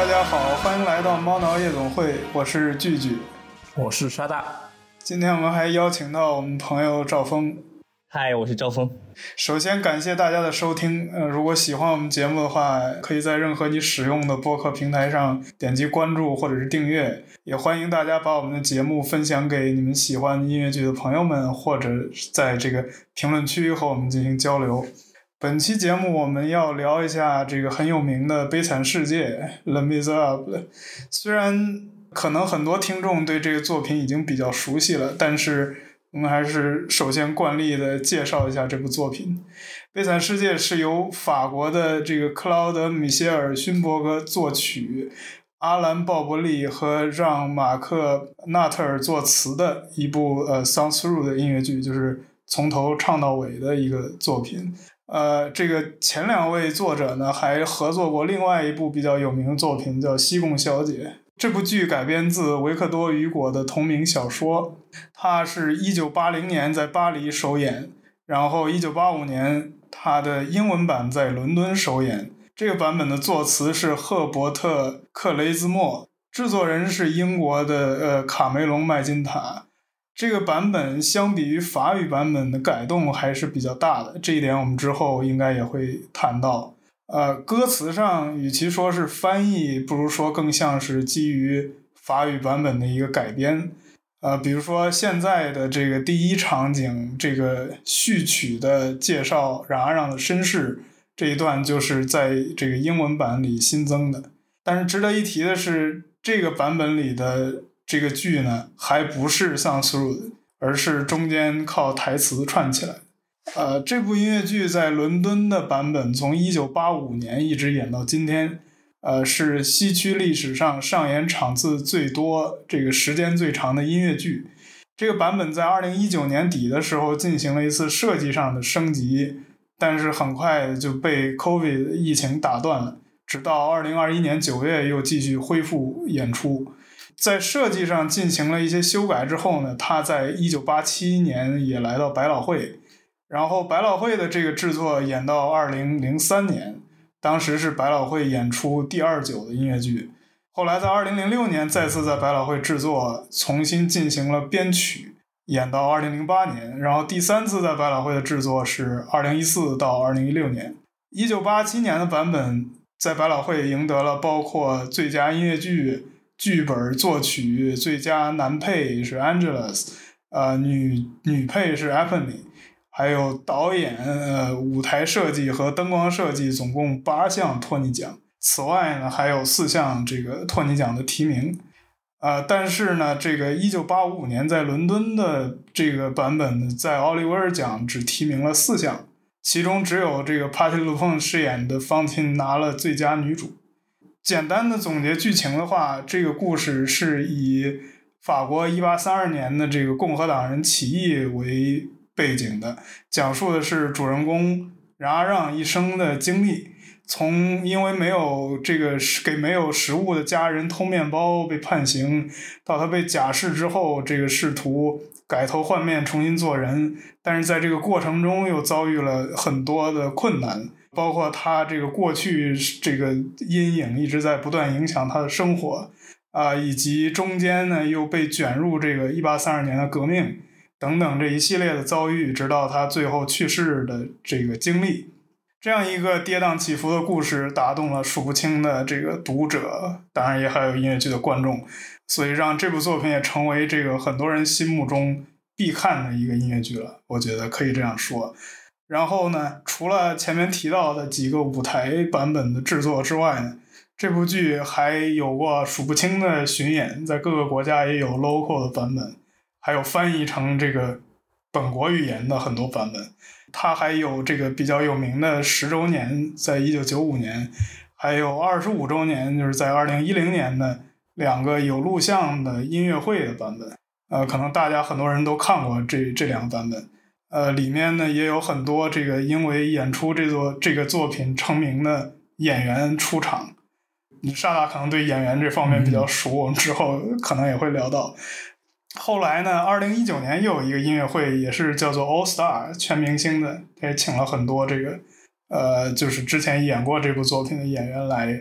大家好，欢迎来到猫挠夜总会，我是聚聚， 我是沙大。 今天我们还邀请到我们朋友赵峰。 嗨，我是赵峰。 首先感谢大家的收听，如果喜欢我们节目的话，可以在任何你使用的播客平台上点击关注或者是订阅，也欢迎大家把我们的节目分享给你们喜欢音乐剧的朋友们，或者在这个评论区和我们进行交流。本期节目我们要聊一下这个很有名的《悲惨世界》Les Miserables。虽然可能很多听众对这个作品已经比较熟悉了，但是我们还是首先惯例的介绍一下这部作品。《悲惨世界》是由法国的这个克劳德·米歇尔·勋伯格作曲，阿兰·鲍伯利和让·马克·纳特尔作词的一部Song Through 的音乐剧，就是从头唱到尾的一个作品。这个前两位作者呢还合作过另外一部比较有名的作品叫《西贡小姐》。这部剧改编自维克多·雨果的同名小说，它是1980年在巴黎首演，然后1985年它的英文版在伦敦首演。这个版本的作词是赫伯特·克雷兹莫，制作人是英国的卡梅隆·麦金塔。这个版本相比于法语版本的改动还是比较大的，这一点我们之后应该也会谈到。歌词上与其说是翻译，不如说更像是基于法语版本的一个改编。比如说现在的这个第一场景，这个序曲的介绍冉阿让的身世这一段就是在这个英文版里新增的。但是值得一提的是，这个版本里的这个剧呢还不是 Song Through 的，而是中间靠台词串起来。这部音乐剧在伦敦的版本从1985年一直演到今天，是西区历史上上演场次最多、这个时间最长的音乐剧。这个版本在2019年底的时候进行了一次设计上的升级，但是很快就被 COVID 疫情打断了，直到2021年9月又继续恢复演出。在设计上进行了一些修改之后呢，他在1987年也来到百老汇，然后百老汇的这个制作演到2003年，当时是百老汇演出第29的音乐剧。后来在2006年再次在百老汇制作，重新进行了编曲，演到2008年，然后第三次在百老汇的制作是2014到2016年。1987年的版本在百老汇赢得了包括最佳音乐剧、剧本作曲，最佳男配是 Angelus， 女配是 Apony， 还有导演、舞台设计和灯光设计总共8项托尼奖。此外呢，还有4项这个托尼奖的提名。但是呢，这个1985年在伦敦的这个版本在奥利维尔奖只提名了4项，其中只有这个 Patti LuPone 饰演的方婷拿了最佳女主。简单的总结剧情的话，这个故事是以法国1832年的这个共和党人起义为背景的，讲述的是主人公冉阿让一生的经历，从因为没有给没有食物的家人偷面包被判刑，到他被假释之后这个试图改头换面重新做人，但是在这个过程中又遭遇了很多的困难，包括他这个过去这个阴影一直在不断影响他的生活，以及中间呢又被卷入这个1832年的革命等等这一系列的遭遇，直到他最后去世的这个经历。这样一个跌宕起伏的故事打动了数不清的这个读者，当然也还有音乐剧的观众，所以让这部作品也成为这个很多人心目中必看的一个音乐剧了，我觉得可以这样说。然后呢，除了前面提到的几个舞台版本的制作之外呢，这部剧还有过数不清的巡演，在各个国家也有 local 的版本，还有翻译成这个本国语言的很多版本。它还有这个比较有名的10周年，在1995年，还有25周年，就是在2010年的2个有录像的音乐会的版本。可能大家很多人都看过这2个版本。里面呢也有很多这个因为演出这个作品成名的演员出场。沙大可能对演员这方面比较熟，我们之后可能也会聊到。后来呢2019年又有一个音乐会，也是叫做 All Star 全明星的，也请了很多这个就是之前演过这部作品的演员来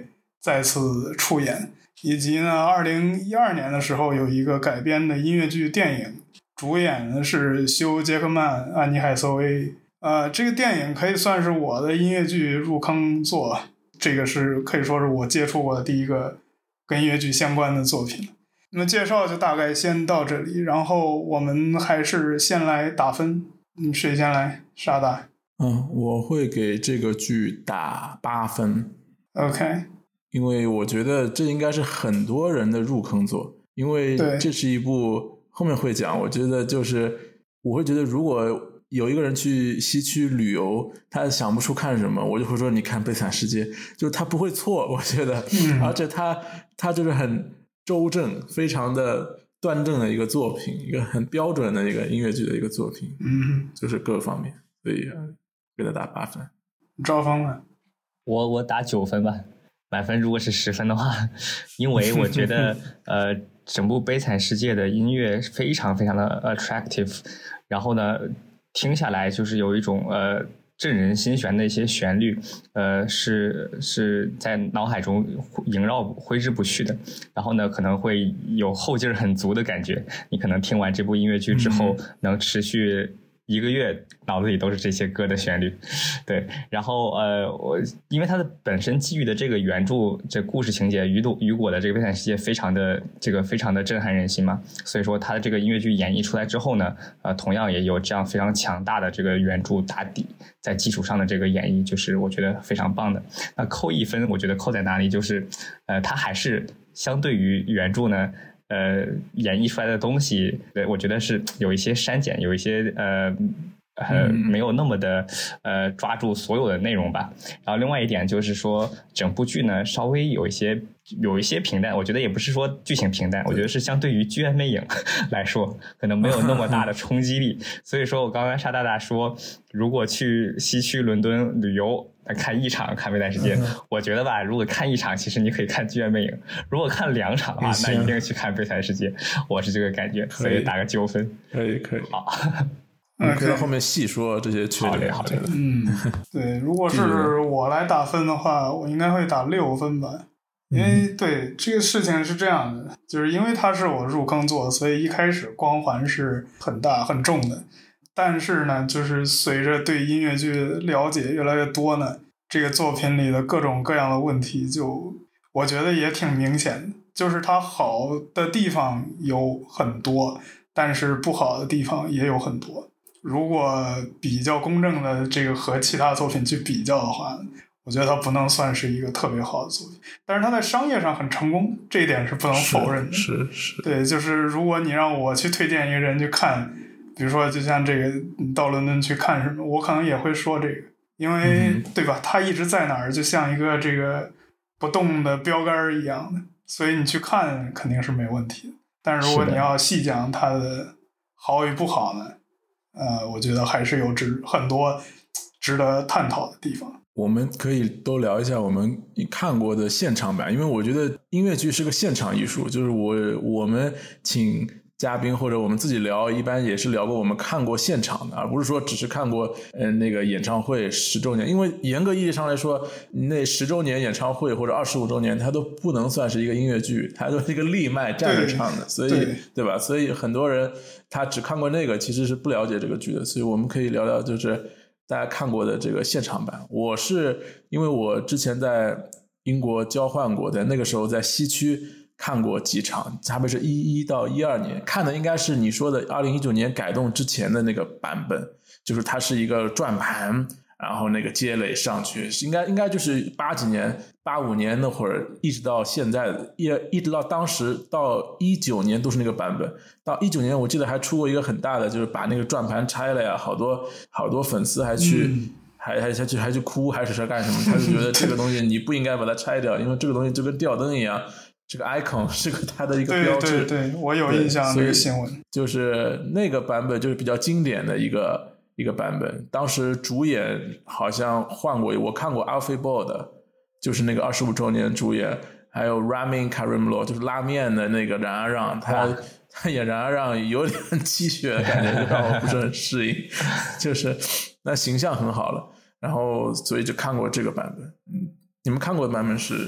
再次出演，以及呢2012年的时候有一个改编的音乐剧电影，主演的是休·杰克曼、安妮·海瑟薇。这个电影可以算是我的音乐剧入坑作，这个是可以说是我接触过的第一个跟音乐剧相关的作品。那么介绍就大概先到这里，然后我们还是先来打分。谁先来？沙大。 我会给这个剧打8分。 OK。 因为我觉得这应该是很多人的入坑作，因为这是一部后面会讲，我觉得就是我会觉得如果有一个人去西区旅游，他想不出看什么，我就会说你看《悲惨世界》，就是他不会错，我觉得，而且他就是很周正，非常的端正的一个作品，一个很标准的一个音乐剧的一个作品，就是各方面，所以给他打8分。 赵峰呢？ 我打9分吧，满分如果是10分的话，因为我觉得整部《悲惨世界》的音乐非常非常的 attractive， 然后呢听下来就是有一种震人心弦的一些旋律，是在脑海中萦绕挥之不去的，然后呢可能会有后劲很足的感觉，你可能听完这部音乐剧之后能持续1个月脑子里都是这些歌的旋律。对，然后因为它的本身基于的这个原著这故事情节雨果的这个悲惨世界非常的震撼人心嘛，所以说它的这个音乐剧演绎出来之后呢，同样也有这样非常强大的这个原著打底，在基础上的这个演绎就是我觉得非常棒的。那扣1分我觉得扣在哪里，就是它还是相对于原著呢演绎出来的东西，我觉得是有一些删减，有一些没有那么的抓住所有的内容吧。然后另外一点就是说，整部剧呢稍微有一些平淡，我觉得也不是说剧情平淡，我觉得是相对于《剧院魅影》来说，可能没有那么大的冲击力。所以说我刚刚沙大大说，如果去西区伦敦旅游看1场看《悲惨世界》，我觉得吧，如果看1场，其实你可以看《剧院魅影》；如果看2场的话，那一定去看《悲惨世界》。我是这个感觉，所以打个9分。 可以。 好。 我们可以到后面细说这些缺点。 好嘞。 对，如果是我来打分的话，我应该会打6分吧。因为对这个事情是这样的，就是因为它是我入坑作，所以一开始光环是很大很重的。但是呢，就是随着对音乐剧了解越来越多呢，这个作品里的各种各样的问题就我觉得也挺明显的，就是它好的地方有很多，但是不好的地方也有很多。如果比较公正的这个和其他作品去比较的话，我觉得它不能算是一个特别好的作品，但是它在商业上很成功，这一点是不能否认的。 是。 对，就是如果你让我去推荐一个人去看，比如说就像这个你到伦敦去看什么，我可能也会说这个，因为对吧，它一直在哪儿，就像一个这个不动的标杆一样的，所以你去看肯定是没问题的。但是如果你要细讲它的好与不好呢，我觉得还是有很多值得探讨的地方。 我们可以都聊一下我们看过的现场版，因为我觉得音乐剧是个现场艺术，就是我们请嘉宾或者我们自己聊，一般也是聊过我们看过现场的，而不是说只是看过那个演唱会10周年，因为严格意义上来说，那10周年演唱会或者25周年，它都不能算是一个音乐剧，它都是一个立麦站着唱的，所以 对吧？所以很多人他只看过那个，其实是不了解这个剧的，所以我们可以聊聊就是大家看过的这个现场版。我是因为我之前在英国交换过，在那个时候在西区看过几场，差别是11到12年看的，应该是你说的2019年改动之前的那个版本，就是它是一个转盘，然后那个接垒上去，应该就是80几年85年那会儿一直到现在，一直到当时到19年都是那个版本。到19年我记得还出过一个很大的，就是把那个转盘拆了呀，好多粉丝还去还去哭还是干什么，他就觉得这个东西你不应该把它拆掉，因为这个东西就跟吊灯一样，这个 icon 是它的一个标志。 对，我有印象那个新闻， 就是那个版本就是比较经典的一个版本。当时主演好像换过，我看过 Alfie Ball 的，就是那个25周年主演，还有 Ramin Karimlo 就是拉面的那个冉阿让，他演冉阿让有点鸡血的感觉，让我不是很适应，就是那形象很好了，然后所以就看过这个版本。你们看过的版本是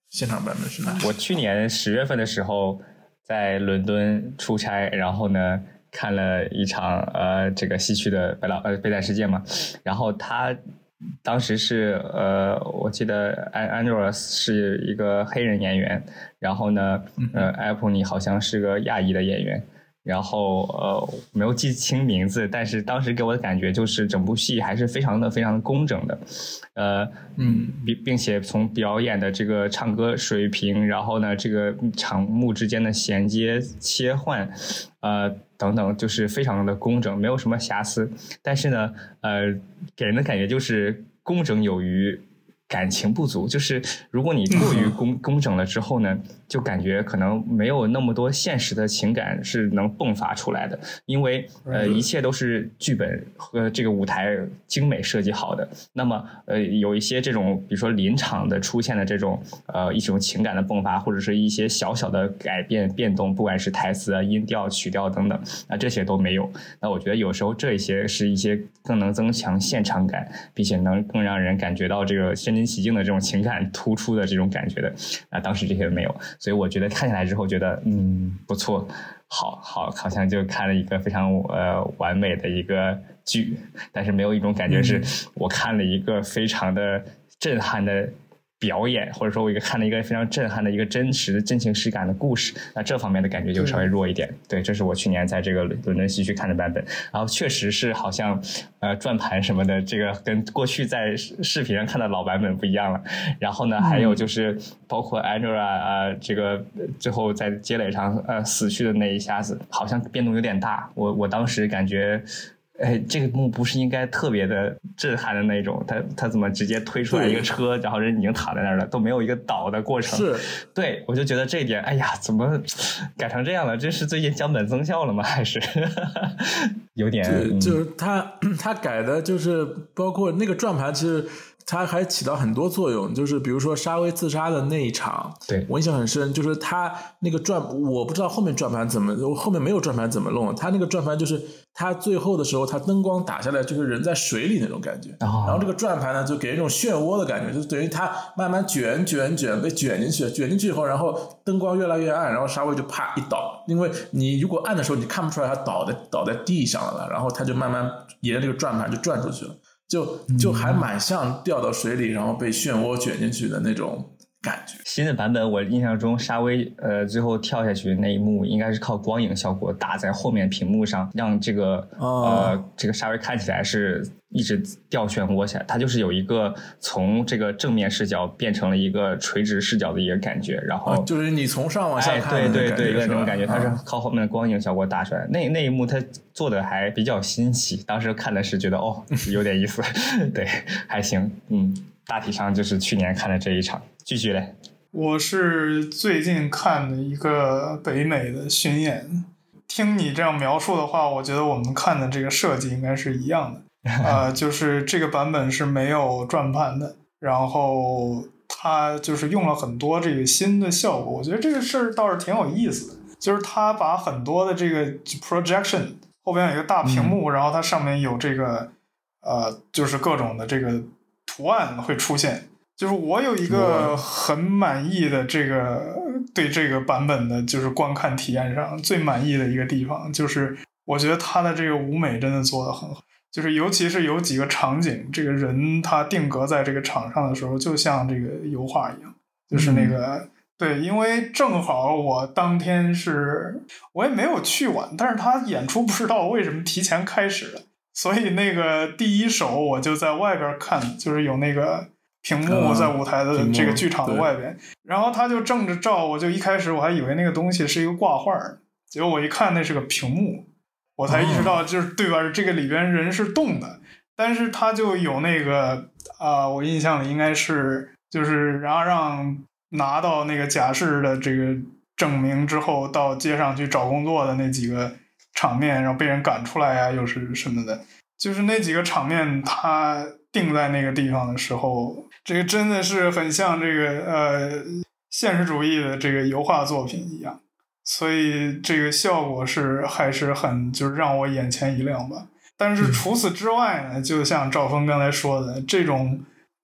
现场版本是哪？ 我去年10月份的时候在伦敦出差，然后呢看了一场这个西区的悲惨世界嘛，然后他当时是我记得 Andros 是一个黑人演员，然后呢Apollonie 好像是个亚裔的演员。然后没有记清名字，但是当时给我的感觉就是整部戏还是非常的工整的，并且从表演的这个唱歌水平，然后呢这个场幕之间的衔接切换，等等，就是非常的工整，没有什么瑕疵。但是呢，给人的感觉就是工整有余，感情不足。就是如果你过于工整了之后呢，就感觉可能没有那么多现实的情感是能迸发出来的，因为一切都是剧本和这个舞台精美设计好的。那么有一些这种比如说临场的出现的这种一种情感的迸发，或者是一些小小的改变变动，不管是台词啊、音调、曲调等等，这些都没有。那我觉得有时候这一些是一些更能增强现场感，并且能更让人感觉到这个身临其境的这种情感突出的这种感觉的。当时这些没有。所以我觉得看下来之后觉得不错，好像就看了一个非常完美的一个剧，但是没有一种感觉是我看了一个非常的震撼的表演，或者说我看了一个非常震撼的一个真实的真情实感的故事，那这方面的感觉就稍微弱一点。对，这是我去年在这个伦敦西区看的版本，然后确实是好像转盘什么的，这个跟过去在视频上看的老版本不一样了。然后呢，还有就是包括 Angela 这个最后在街垒上死去的那一下子，好像变动有点大。我当时感觉。这个幕不是应该特别的震撼的那种，他怎么直接推出来一个车，然后人已经躺在那儿了，都没有一个倒的过程。 是， 对，我就觉得这一点，哎呀，怎么改成这样了？这是最近江本增效了吗？还是有点？ 就是他改的，就是包括那个转盘，其实。他还起到很多作用，就是比如说沙威自杀的那一场， 对我印象很深，就是他那个我不知道后面转盘怎么，后面没有转盘怎么弄，他那个转盘就是他最后的时候，他灯光打下来就是人在水里那种感觉，然后这个转盘呢就给人一种漩涡的感觉，就是等于他慢慢卷被卷进去以后，然后灯光越来越暗，然后沙威就啪一倒，因为你如果暗的时候你看不出来他倒在地上了，然后他就慢慢沿着这个转盘就转出去了。就还蛮像掉到水里，然后被漩涡卷进去的那种感觉。 新的版本我印象中沙威最后跳下去的那一幕应该是靠光影效果打在后面屏幕上，让这个这个沙威看起来是一直掉漩涡下来，它就是有一个从这个正面视角变成了一个垂直视角的一个感觉，然后就是你从上往下看对那种感觉，它是靠后面的光影效果打出来。那一幕它做的还比较新奇，当时看的是觉得有点意思，对，还行，大体上就是去年看的这一场。继续嘞， 我是最近看的一个北美的巡演，听你这样描述的话，我觉得我们看的这个设计应该是一样的。就是这个版本是没有转盘的，然后它就是用了很多这个新的效果，我觉得这个事儿倒是挺有意思的，就是它把很多的这个 projection 后边有一个大屏幕，然后它上面有这个就是各种的这个图案会出现。就是我有一个很满意的这个对这个版本的就是观看体验上最满意的一个地方，就是我觉得它的这个舞美真的做得很好，就是尤其是有几个场景，这个人他定格在这个场上的时候就像这个油画一样，就是那个对，因为正好我当天我也没有去晚，但是他演出不知道为什么提前开始了，所以那个第一首我就在外边看，就是有那个屏幕在舞台的这个剧场的外边，然后他就正着照，我就一开始我还以为那个东西是一个挂画，结果我一看那是个屏幕，我才意识到就是对吧，这个里边人是动的，但是他就有那个我印象里应该是就是然后让拿到那个假释的这个证明之后到街上去找工作的那几个场面，然后被人赶出来啊又是什么的，就是那几个场面他定在那个地方的时候，这个真的是很像这个现实主义的这个油画作品一样，所以这个效果还是很就是让我眼前一亮吧。但是除此之外呢，就像赵峰刚才说的，这种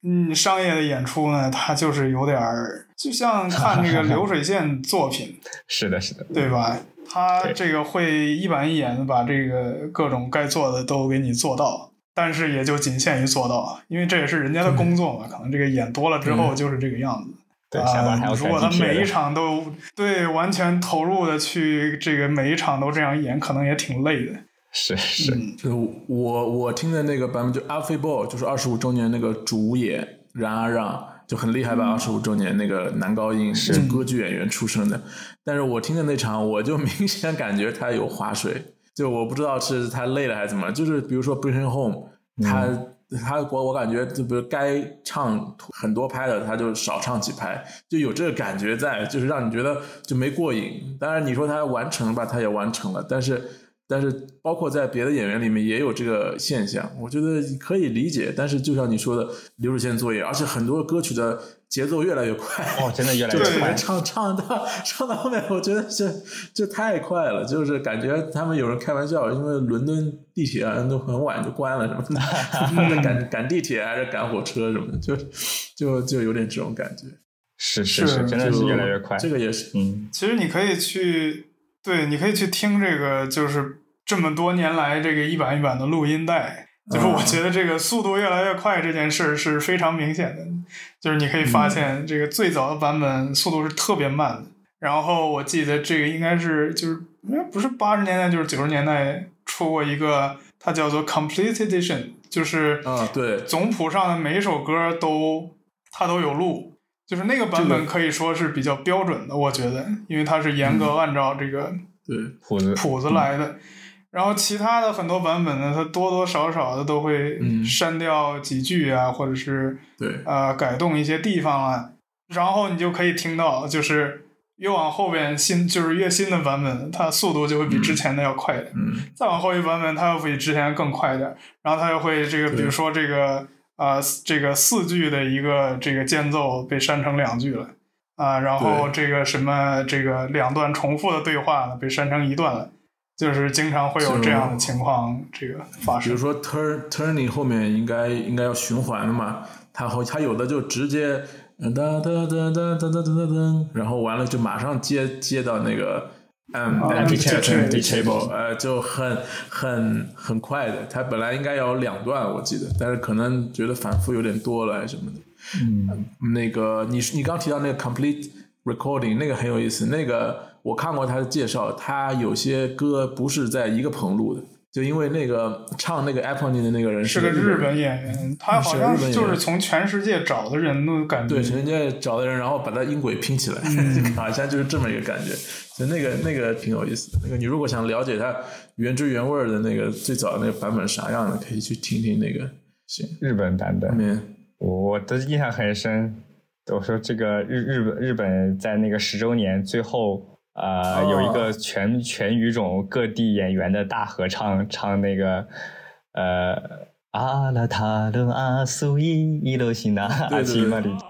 商业的演出呢，它就是有点儿，就像看这个流水线作品， 是的，是的， 对吧？他这个会一板一眼的把这个各种该做的都给你做到，但是也就仅限于做到，因为这也是人家的工作嘛。可能这个演多了之后就是这个样子。 对，下班还要如果他每一场都对完全投入的去这个每一场都这样演，可能也挺累的。 是， 就我听的那个版本就 Alfie Boe 就是25周年那个主演然而让就很厉害吧，25周年那个男高音是歌剧演员出身的，但是我听的那场我就明显感觉他有划水，就我不知道是他累了还是怎么，就是比如说 Bring Him Home 他我感觉就比如该唱很多拍的他就少唱几拍，就有这个感觉在，就是让你觉得就没过瘾。当然你说他完成吧，他也完成了，但是包括在别的演员里面也有这个现象，我觉得可以理解。但是就像你说的流水线作业，而且很多歌曲的节奏越来越快， 真的越来越快， 唱到后面我觉得这太快了，就是感觉他们有人开玩笑，因为伦敦地铁都很晚就关了什么的赶地铁还是赶火车什么的，就有点这种感觉。 是，真的是越来越快。 这个也是其实你可以去听这个，就是这么多年来这个一版一版的录音带，就是我觉得这个速度越来越快这件事是非常明显的，就是你可以发现这个最早的版本速度是特别慢的，然后我记得这个应该是就是不是80年代就是90年代出过一个，它叫做 Complete Edition， 就是对， 总谱上的每一首歌它都有录，就是那个版本可以说是比较标准的，我觉得，因为它是严格按照这个谱子来的。然后其他的很多版本呢，它多多少少的都会删掉几句啊，或者是改动一些地方啊，然后你就可以听到，就是越往后边就是越新的版本，它速度就会比之前的要快一点，再往后一版本它要比之前更快一点，然后它又会这个比如说这个这个4句的一个这个间奏被删成2句了然后这个什么这个2段重复的对话呢被删成1段了。就是经常会有这样的情况，这个发生。 比如说 turning 后面应该要循环的嘛，它有的就直接哒哒哒哒哒哒哒哒，然后完了就马上接到那个 disable， 就很快的。它本来应该要2段我记得，但是可能觉得反复有点多了还是什么的。那个你刚提到那个 complete recording 那个很有意思，那个我看过他的介绍，他有些歌不是在一个棚录的，就因为那个唱那个 Apony 的那个人是个日本演员，他好像就是从全世界找的人都感觉， 对，全世界找的人，然后把他音轨拼起来，好像就是这么一个感觉。所以那个挺有意思的。那个你如果想了解他原汁原味的那个最早的那个版本啥样的，可以去听听那个日本版本。我的印象很深。我说这个日本在那个10周年最后有一个全语种各地演员的大合唱，唱那个阿拉塔的阿苏伊罗西纳阿奇玛里。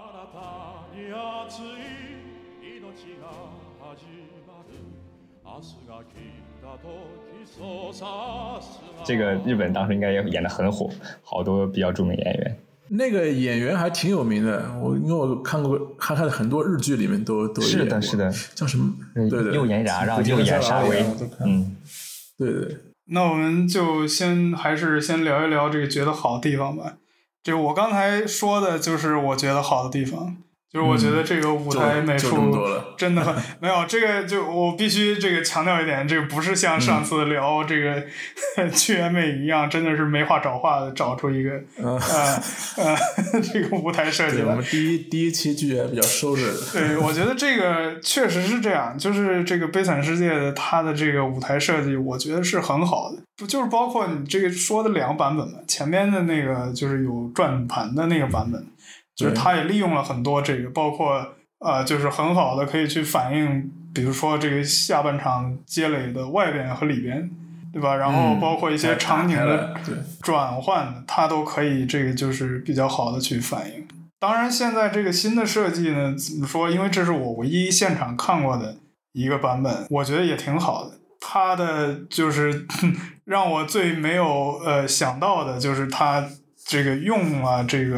这个日本当时应该也演得很火，好多比较著名演员。 那个演员还挺有名的，因为我看了很多日剧里面都演过。是的，叫什么？对， 又演然让又演沙威。 对。 那我们就还是先聊一聊这个觉得好的地方吧。这我刚才说的就是我觉得好的地方。就是我觉得这个舞台美术真的很没有这个，就我必须这个强调一点，这个不是像上次聊这个剧原美一样，真的是没话找话的找出一个这个舞台设计来。 我们第一期剧也比较收着的。 对，我觉得这个确实是这样，就是这个悲惨世界的它的这个舞台设计，我觉得是很好的。就是包括你这个说的2个版本嘛，前面的那个就是有转盘的那个版本。就是他也利用了很多这个，包括就是很好的可以去反映，比如说这个下半场接垒的外边和里边，对吧？然后包括一些场景的转换，它都可以这个就是比较好的去反映。当然，现在这个新的设计呢，怎么说？因为这是我唯一现场看过的一个版本，我觉得也挺好的。它的就是让我最没有想到的就是它这个用这个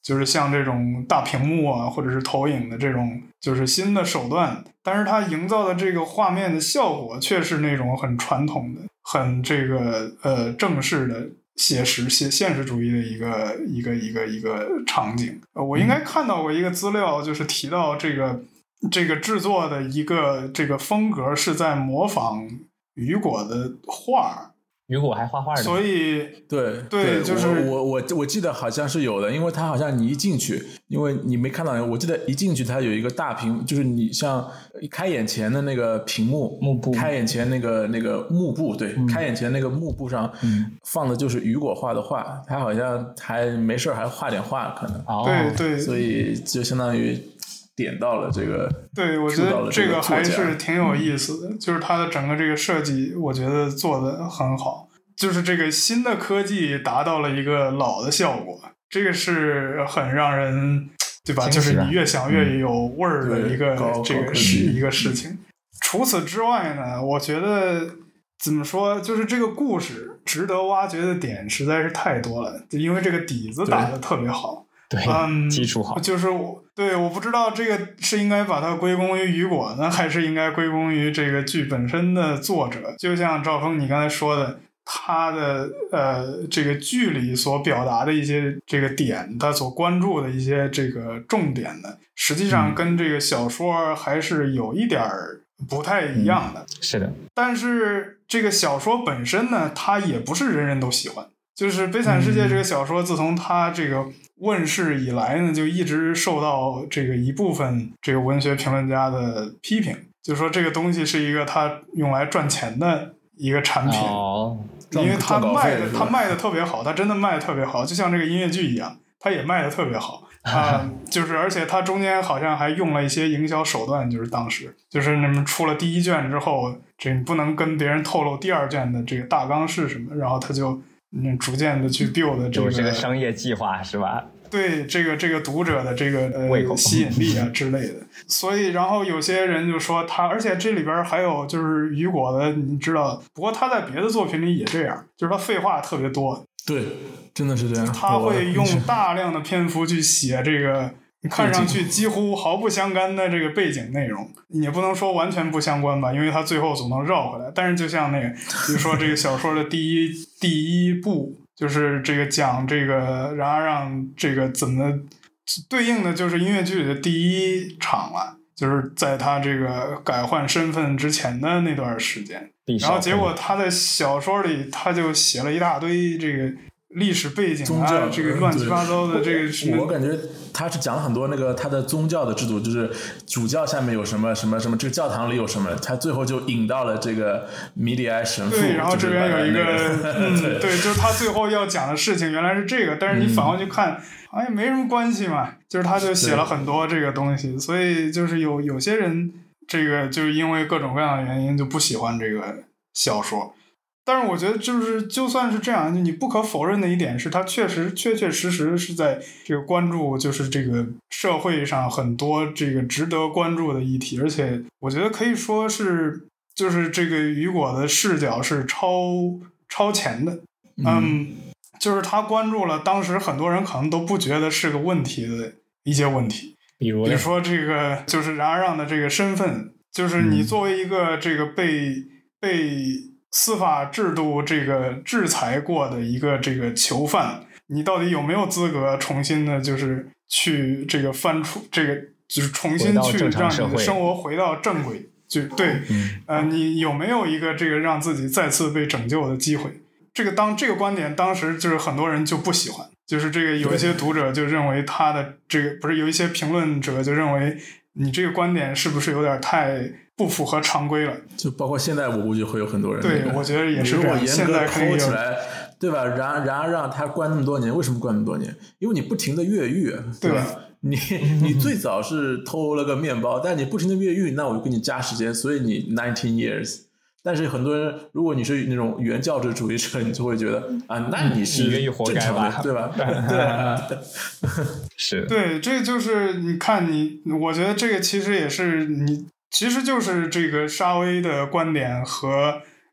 就是像这种大屏幕啊，或者是投影的这种就是新的手段，但是它营造的这个画面的效果却是那种很传统的、很这个正式的现实主义的一个场景。我应该看到过一个资料，就是提到这个制作的一个这个风格是在模仿雨果的画。 雨果还画画的， 所以对， 就是我记得好像是有的，因为他好像你一进去，因为你没看到，我记得一进去他有一个大屏，就是你像开演前的那个屏幕幕布， 开演前那个幕布，对，开演前那个幕布上放的就是雨果画的画，他好像还没事还画点画可能， 对， 所以就相当于点到了这个， 对，我觉得这个还是挺有意思的，就是它的整个这个设计，我觉得做的很好。就是这个新的科技达到了一个老的效果，这个是很让人对吧？就是你越想越有味儿的一个这个是一个事情。除此之外呢，我觉得怎么说，就是这个故事值得挖掘的点实在是太多了，就因为这个底子打得特别好。 对，基础好。 就是我不知道这个是应该把它归功于雨果呢，还是应该归功于这个剧本身的作者。就像赵峰你刚才说的，他的这个剧里所表达的一些这个点，他所关注的一些这个重点呢，实际上跟这个小说还是有一点不太一样的。 是的。 但是这个小说本身呢，它也不是人人都喜欢。就是《悲惨世界》这个小说，自从它这个问世以来呢，就一直受到这个一部分这个文学评论家的批评，就是说这个东西是一个他用来赚钱的一个产品。因为它卖的特别好，它真的卖的特别好，就像这个音乐剧一样，它也卖的特别好就是而且它中间好像还用了一些营销手段，就是当时就是你们出了第一卷之后，这你不能跟别人透露第二卷的这个大纲是什么，然后他就逐渐的去 build 这个商业计划是吧？ 对这个读者的这个吸引力啊之类的。所以然后有些人就说他，而且这里边还有就是雨果的，你知道，不过他在别的作品里也这样，就是他废话特别多。 对，真的是这样。 他会用大量的篇幅去写这个看上去几乎毫不相干的这个背景内容，也不能说完全不相关吧，因为他最后总能绕回来。但是就像那个比如说这个小说的第一部，就是这个讲这个然而让这个怎么对应的就是音乐剧里的第一场了，就是在他这个改换身份之前的那段时间。然后结果他在小说里他就写了一大堆这个历史背景啊，这个乱七八糟的这个什么。 我感觉他是讲了很多那个他的宗教的制度，就是主教下面有什么什么什么，这个教堂里有什么，他最后就引到了这个米里埃神父。 对，然后这边有一个对，就是他最后要讲的事情原来是这个，但是你反过去看，好像没什么关系嘛，就是他就写了很多这个东西，所以就是有些人这个就是因为各种各样的原因就不喜欢这个小说。但是我觉得就算是这样，你不可否认的一点是，他确实是在这个关注就是这个社会上很多这个值得关注的议题，而且我觉得可以说是就是这个雨果的视角是超前的。就是他关注了当时很多人可能都不觉得是个问题的一些问题，比如说这个就是然而让的这个身份，就是你作为一个这个被司法制度这个制裁过的一个这个囚犯，你到底有没有资格重新的就是去这个翻出这个就是重新去让你的生活回到正轨，就对你有没有一个这个让自己再次被拯救的机会。这个观点当时就是很多人就不喜欢，就是这个有一些读者就认为他的这个不是，有一些评论者就认为你这个观点是不是有点太不符合常规了， 就包括现在我估计会有很多人。 对，我觉得也是这样。现在抠起来，对吧？然而让他关那么多年，为什么关那么多年？因为你不停的越狱，对吧？你最早是偷了个面包，但你不停的越狱，那我就给你加时间，所以你19 years。但是很多人，如果你是那种原教旨主义者，你就会觉得啊，那你是正常的，对吧？对， 是， 对，这就是你看我觉得这个其实也是其实就是这个沙威的观点和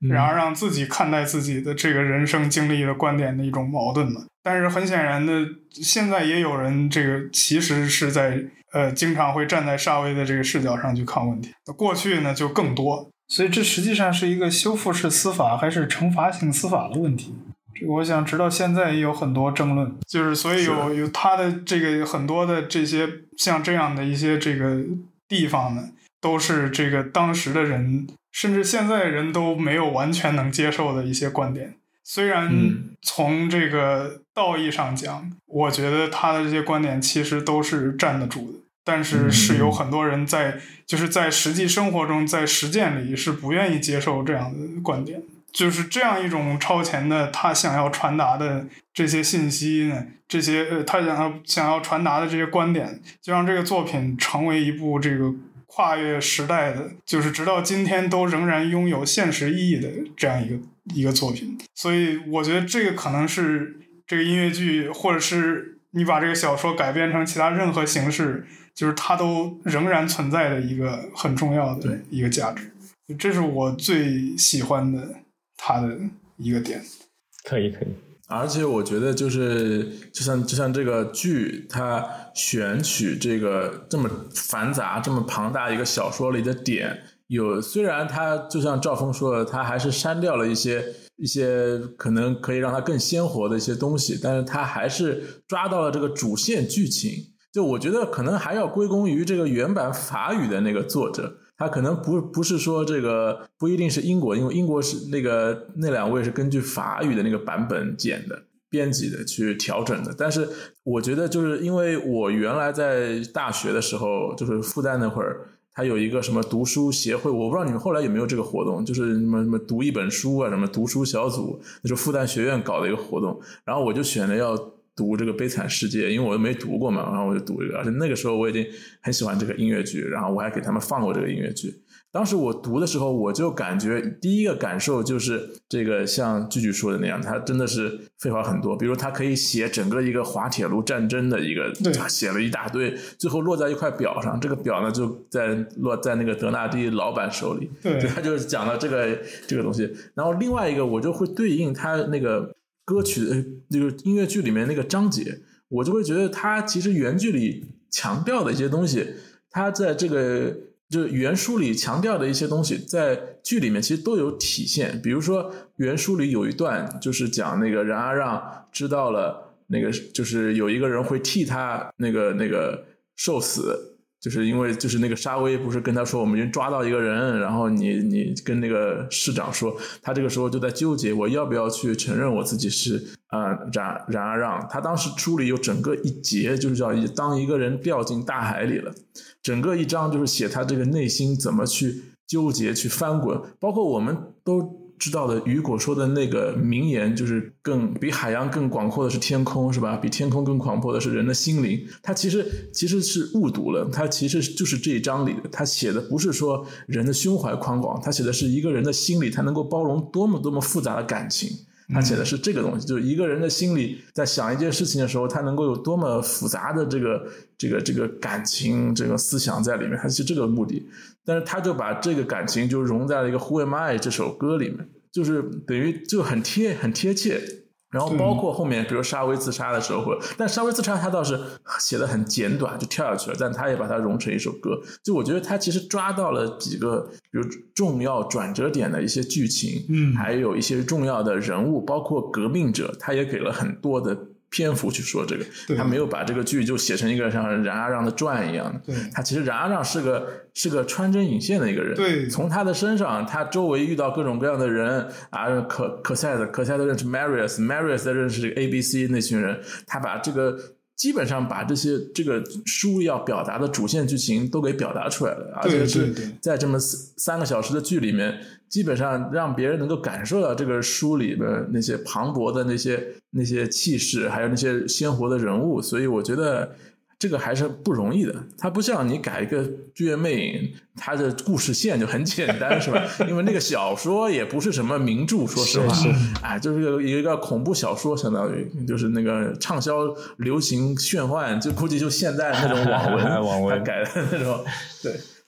然而让自己看待自己的这个人生经历的观点的一种矛盾嘛。但是很显然的，现在也有人这个其实是在经常会站在沙威的这个视角上去看问题，过去呢就更多。所以这实际上是一个修复式司法还是惩罚性司法的问题。这个我想直到现在也有很多争论，就是所以有他的这个很多的这些像这样的一些这个地方呢，都是这个当时的人甚至现在人都没有完全能接受的一些观点。虽然从这个道义上讲，我觉得他的这些观点其实都是站得住的，但是是有很多人就是在实际生活中在实践里是不愿意接受这样的观点。就是这样一种超前的他想要传达的这些信息呢，这些他想要传达的这些观点，就让这个作品成为一部这个跨越时代的，就是直到今天都仍然拥有现实意义的这样一个作品。所以我觉得这个可能是这个音乐剧，或者是你把这个小说改编成其他任何形式，就是它都仍然存在的一个很重要的一个价值。这是我最喜欢的它的一个点。 可以。 而且我觉得就像这个剧，它选取这个这么繁杂这么庞大一个小说里的点，虽然它就像赵峰说的，它还是删掉了一些可能可以让它更鲜活的一些东西，但是它还是抓到了这个主线剧情。就我觉得可能还要归功于这个原版法语的那个作者，他可能不是说这个不一定是英国，因为英国是那两位是根据法语的那个版本剪的编辑的去调整的。但是我觉得就是因为我原来在大学的时候，就是复旦那会儿，他有一个什么读书协会，我不知道你们后来有没有这个活动，就是什么读一本书啊，什么读书小组，那是复旦学院搞的一个活动，然后我就选了要读这个悲惨世界，因为我没读过嘛，然后我就读一个，而且那个时候我已经很喜欢这个音乐剧，然后我还给他们放过这个音乐剧。当时我读的时候，我就感觉第一个感受就是这个像句句说的那样，他真的是废话很多，比如他可以写整个一个滑铁卢战争的一个，他写了一大堆，最后落在一块表上，这个表呢就落在那个德纳第老板手里，对，他就是讲了这个东西。然后另外一个我就会对应他那个歌曲的那个音乐剧里面那个章节，我就会觉得他其实原剧里强调的一些东西，他在这个就原书里强调的一些东西，在剧里面其实都有体现。比如说原书里有一段就是讲那个冉阿让知道了那个就是有一个人会替他那个受死，就是因为就是那个沙威不是跟他说我们已经抓到一个人，然后你跟那个市长说，他这个时候就在纠结我要不要去承认我自己是冉阿让。他当时书里有整个一节就是叫当一个人掉进大海里了，整个一章就是写他这个内心怎么去纠结去翻滚，包括我们都知道的雨果说的那个名言，就是比海洋更广阔的是天空，是吧？比天空更广阔的是人的心灵。他其实是误读了，他其实就是这一章里的，他写的不是说人的胸怀宽广，他写的是一个人的心里他能够包容多么多么复杂的感情，他写的是这个东西，就是一个人的心里在想一件事情的时候，他能够有多么复杂的这个感情这个思想在里面，他是这个目的。但是他就把这个感情就融在了一个 Who Am I 这首歌里面，就是等于就很贴切。然后包括后面比如沙威自杀的时候，但沙威自杀他倒是写得很简短就跳下去了，但他也把它融成一首歌。就我觉得他其实抓到了几个比如重要转折点的一些剧情，还有一些重要的人物，包括革命者，他也给了很多的篇幅去说这个，他没有把这个剧就写成一个像冉阿让的传一样的。他其实冉阿让是个穿针引线的一个人，对，从他的身上，他周围遇到各种各样的人啊，可赛的认识 Marius 的认识这个 ABC 那群人，他把这个基本上把这个书要表达的主线剧情都给表达出来了，而且是在这么3个小时的剧里面，基本上让别人能够感受到这个书里的那些磅礴的那些气势，还有那些鲜活的人物。所以我觉得这个还是不容易的，它不像你改一个剧院魅影，它的故事线就很简单，是吧？因为那个小说也不是什么名著，说实话，就是有一个恐怖小说，相当于就是那个畅销流行玄幻，就估计就现在那种网文他改的那种，对。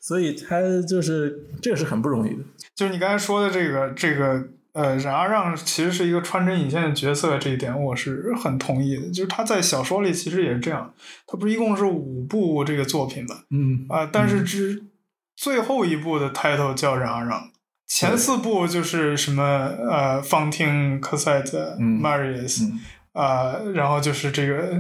所以他就是这个是很不容易的。 就是你刚才说的这个冉阿让其实是一个穿针引线的角色，这一点我是很同意的。就是他在小说里其实也是这样，他不是一共是5部这个作品嘛，但是最后一部的 title 叫冉阿让，前4部就是什么Fontaine Cosette Marius 然后就是这个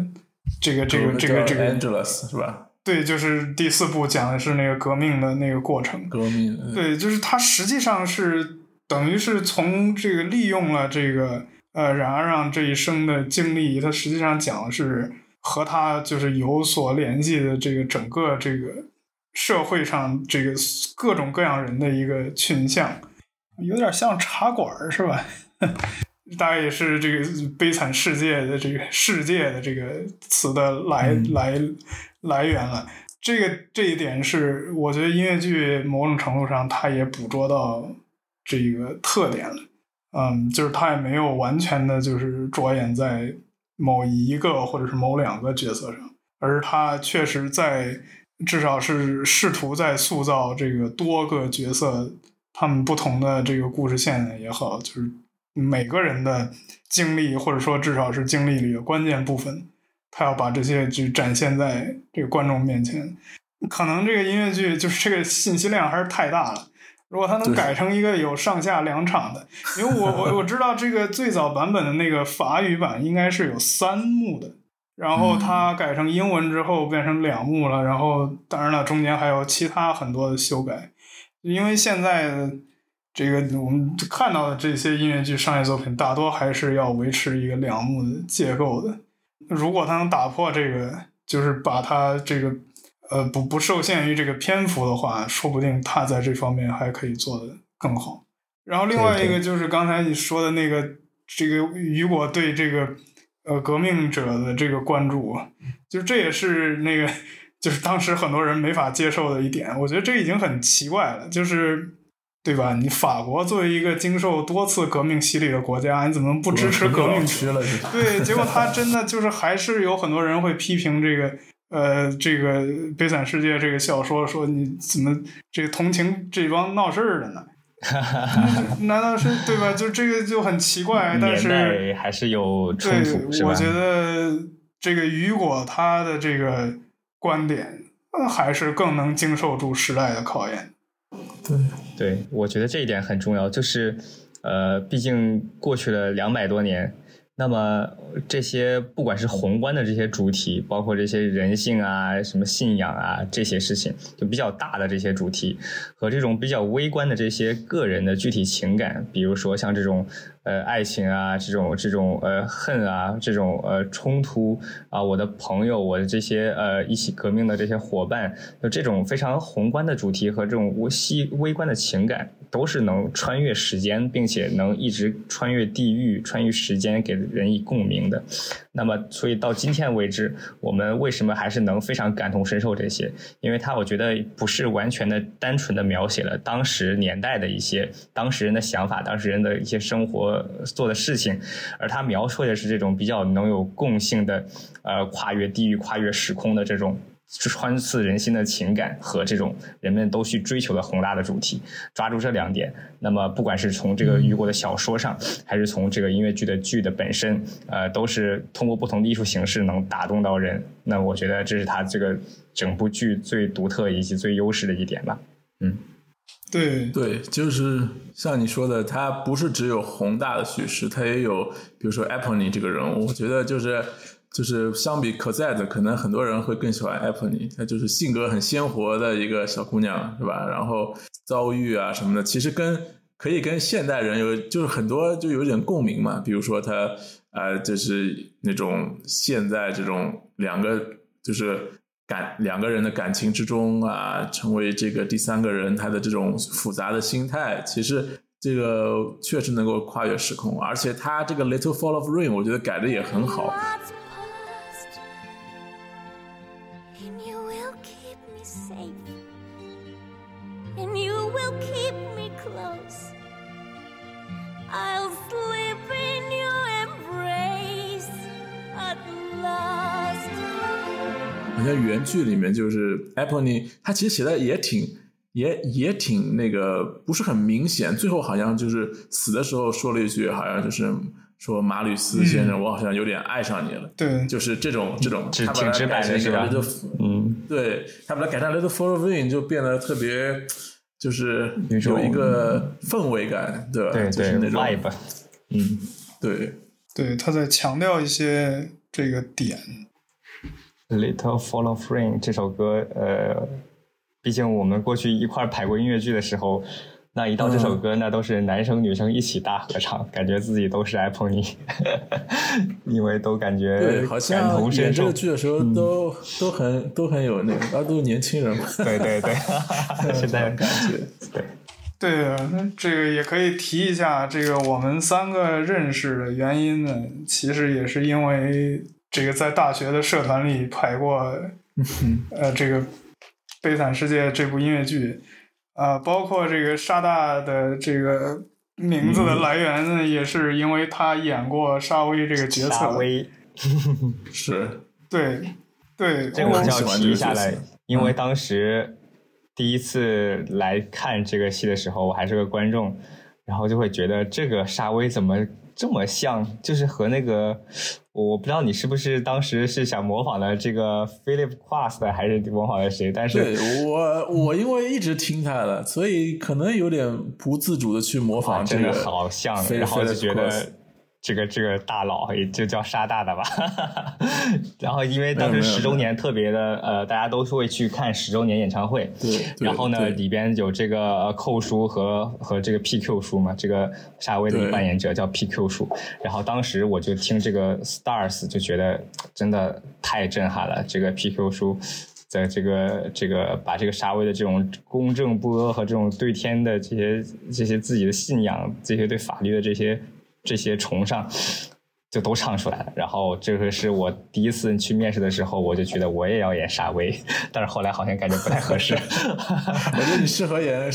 Angelus 是吧？ 对，就是第4部讲的是那个革命的那个过程。 革命， 对，就是他实际上是等于是从这个利用了这个冉阿让这一生的经历，他实际上讲的是和他就是有所联系的这个整个这个社会上这个各种各样人的一个群像，有点像茶馆是吧？大概也是这个悲惨世界的这个世界的这个词的来源了。这一点是我觉得音乐剧某种程度上它也捕捉到这个特点了。就是它也没有完全的就是着眼在某一个或者是某2个角色上，而它确实在至少是试图在塑造这个多个角色他们不同的这个故事线也好，就是每个人的经历或者说至少是经历里的关键部分，他要把这些就展现在这个观众面前。可能这个音乐剧就是这个信息量还是太大了，如果它能改成一个有上下2场的，因为我知道这个最早版本的那个法语版应该是有3幕的，然后它改成英文之后变成2幕了，然后当然了中间还有其他很多的修改。因为现在这个我们看到的这些音乐剧商业作品大多还是要维持一个2幕的结构的，如果它能打破这个，就是把它这个不受限于这个篇幅的话，说不定它在这方面还可以做得更好。然后另外一个就是刚才你说的那个这个雨果对这个革命者的这个关注，就是这也是那个就是当时很多人没法接受的一点。我觉得这已经很奇怪了，就是对吧？你法国作为一个经受多次革命洗礼的国家，你怎么能不支持革命区了？ 对，结果他真的就是还是有很多人会批评这个悲惨世界这个小说，说你怎么这个同情这帮闹事儿的呢？难道是对吧？就这个就很奇怪，但是年代还是有冲突，是吧？ 我觉得这个雨果他的这个观点还是更能经受住时代的考验。 对，我觉得这一点很重要，就是毕竟过去了200多年。那么这些不管是宏观的这些主题，包括这些人性啊、什么信仰啊这些事情，就比较大的这些主题，和这种比较微观的这些个人的具体情感，比如说像这种爱情啊，这种恨啊，这种冲突啊，我的朋友，我的这些一起革命的这些伙伴，就这种非常宏观的主题和这种微观的情感，都是能穿越时间，并且能一直穿越地域、穿越时间，给人以共鸣的。那么，所以到今天为止，我们为什么还是能非常感同身受这些？因为它我觉得不是完全的单纯的描写了当时年代的一些当时人的想法、当时人的一些生活做的事情，而它描述的是这种比较能有共性的跨越地域、跨越时空的这种穿刺人心的情感和这种人们都去追求的宏大的主题，抓住这2点，那么不管是从这个雨果的小说上，还是从这个音乐剧的本身，都是通过不同的艺术形式能打动到人。那我觉得这是他这个整部剧最独特以及最优势的一点吧。 对，就是像你说的，它不是只有宏大的叙事，它也有比如说 Epony 这个人物，我觉得就是相比 Cosette， 可能很多人会更喜欢 Epony， 她就是性格很鲜活的一个小姑娘，是吧？然后遭遇啊什么的，其实可以跟现代人就是很多就有点共鸣嘛。比如说她就是那种现在这种两个人的感情之中啊，成为这个第3个人，他的这种复杂的心态，其实这个确实能够跨越时空，而且他这个 Little Fall of Rain 我觉得改的也很好。好像原剧里面就是 Epony 他其实写的也挺也挺那个不是很明显，最后好像就是死的时候说了一句，好像就是说马吕斯先生，我好像有点爱上你了。 对， 就是这种， 挺直白的是吧？ 对，他把它改成 Little Full of Wind 就变得特别，就是有一个氛围感，对吧？ 对， 就是那种 vibe， 对， 他在强调一些这个点。 Little Full of Wind 这首歌，毕竟我们过去一块排过音乐剧的时候。那一到这首歌，那都是男生女生一起大合唱，感觉自己都是 Apple 尼，因为都感觉对，好像演这个剧的时候都很有那个，都是年轻人嘛。 对，现在感觉对，这个也可以提一下，这个我们3个认识的原因呢，其实也是因为这个在大学的社团里排过，这个《悲惨世界》这部音乐剧。包括这个沙大的这个名字的来源呢，也是因为他演过沙威这个角色。 沙威是， 对， 这个我就要提下来，因为当时第一次来看这个戏的时候，我还是个观众，然后就会觉得这个沙威怎么这么像，就是和那个。我不知道你是不是当时是想模仿的这个 Philip Glass 的，还是模仿的谁？但是对我因为一直听他的，所以可能有点不自主的去模仿这个， 真的好像，然后就觉得这个大佬也就叫沙大的吧。然后因为当时10周年特别的大家都会去看10周年演唱会， 对， 然后呢里边有这个寇叔和这个 PQ 叔嘛，这个沙威的扮演者叫 PQ 叔，然后当时我就听这个 Stars 就觉得真的太震撼了，这个 PQ 叔在这个把这个沙威的这种公正不阿和这种对天的这些自己的信仰，这些对法律的这些崇尚就都唱出来了。然后这个是我第一次去面试的时候，我就觉得我也要演沙威，但是后来好像感觉不太合适。 我觉得你适合演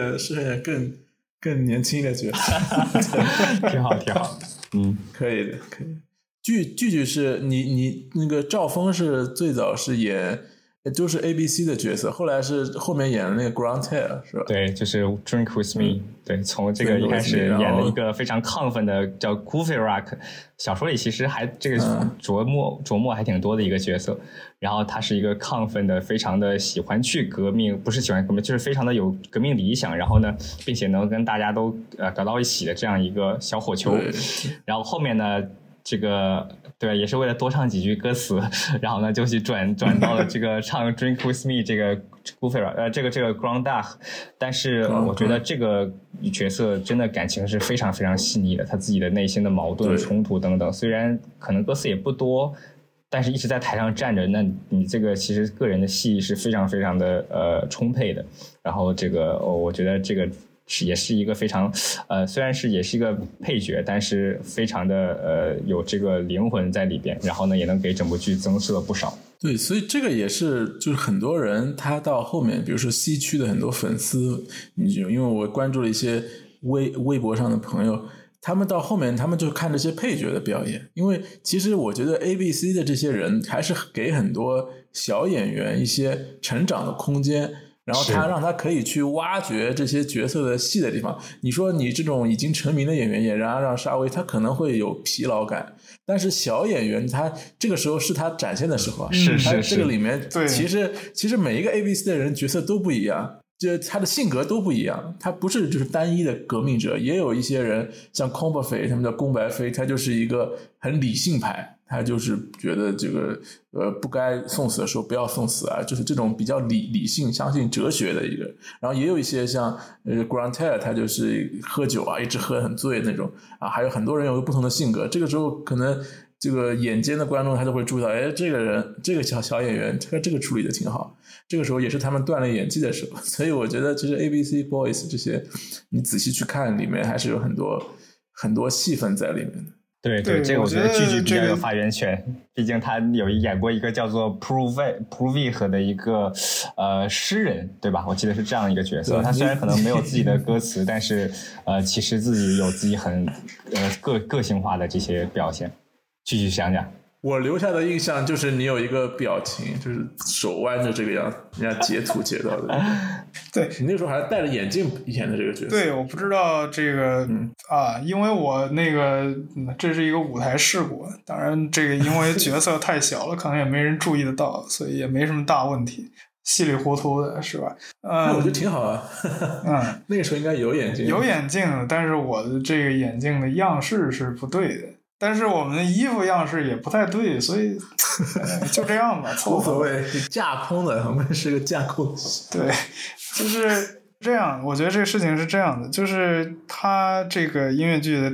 更年轻的角色。 挺好可以的。剧是你那个赵峰是最早是演就是 ABC 的角色，后面演了那个 Grantaire 是吧？ 对，就是 Drink With Me，对，从这个一开始演了一个非常亢奋的叫 Courfeyrac， 小说里其实还这个琢磨还挺多的一个角色。然后他是一个亢奋的，非常的喜欢去革命，不是喜欢革命，就是非常的有革命理想。然后呢，并且能跟大家都搞到一起的这样一个小火球。然后后面呢，这个对，也是为了多唱几句歌词，然后呢就去转到了这个唱 Drink With Me 这个 这个 Grand Dach， 但是我觉得这个角色真的感情是非常非常细腻的，他自己的内心的矛盾冲突等等，虽然可能歌词也不多，但是一直在台上站着，那你这个其实个人的戏是非常非常的充沛的。然后这个我觉得这个也是一个非常虽然是也是一个配角，但是非常的有这个灵魂在里边，然后呢也能给整部剧增色了不少。 对，所以这个也是就是很多人他到后面比如说西区的很多粉丝，因为我关注了一些微博上的朋友，他们到后面他们就看这些配角的表演，因为其实我觉得 ABC 的这些人还是给很多小演员一些成长的空间，然后让他可以去挖掘这些角色的细的地方。你说你这种已经成名的演员演让沙威，他可能会有疲劳感，但是小演员他这个时候是他展现的时候啊。他这个里面其实每一个 ABC 的人角色都不一样，就他的性格都不一样，他不是就是单一的革命者。也有一些人像空白飞，他们叫宫白飞，他就是一个很理性派，他就是觉得这个不该送死的时候不要送死啊，就是这种比较理性相信哲学的一个。然后也有一些像Grantaire， 他就是喝酒啊，一直喝很醉那种啊。还有很多人有不同的性格，这个时候可能这个眼尖的观众他就会注意到，哎，这个人这个小演员他这个处理的挺好，这个时候也是他们锻炼演技的时候。所以我觉得其实 ABC Boys 这些你仔细去看里面还是有很多戏份在里面的。 对，这个我觉得剧比较有发言权，毕竟他有演过一个叫做 Pruvik 的一个诗人，对吧？我记得是这样一个角色。他虽然可能没有自己的歌词，但是其实自己有自己很个性化的这些表现。继续讲讲。 我留下的印象就是你有一个表情，就是手弯着这个样子，人家截图截到的。 对， 你那个时候还戴着眼镜演的这个角色。 对，我不知道这个、因为我那个这是一个舞台事故，当然这个因为角色太小了，可能也没人注意得到，所以也没什么大问题。稀里糊涂的是吧？ 那我觉得挺好啊。那个时候应该有眼镜， 有眼镜，但是我的这个眼镜的样式是不对的。但是我们的衣服样式也不太对，所以、就这样吧， 无所谓。架空的，我们是个架空。 对，就是这样。我觉得这个事情是这样的，就是他这个音乐剧的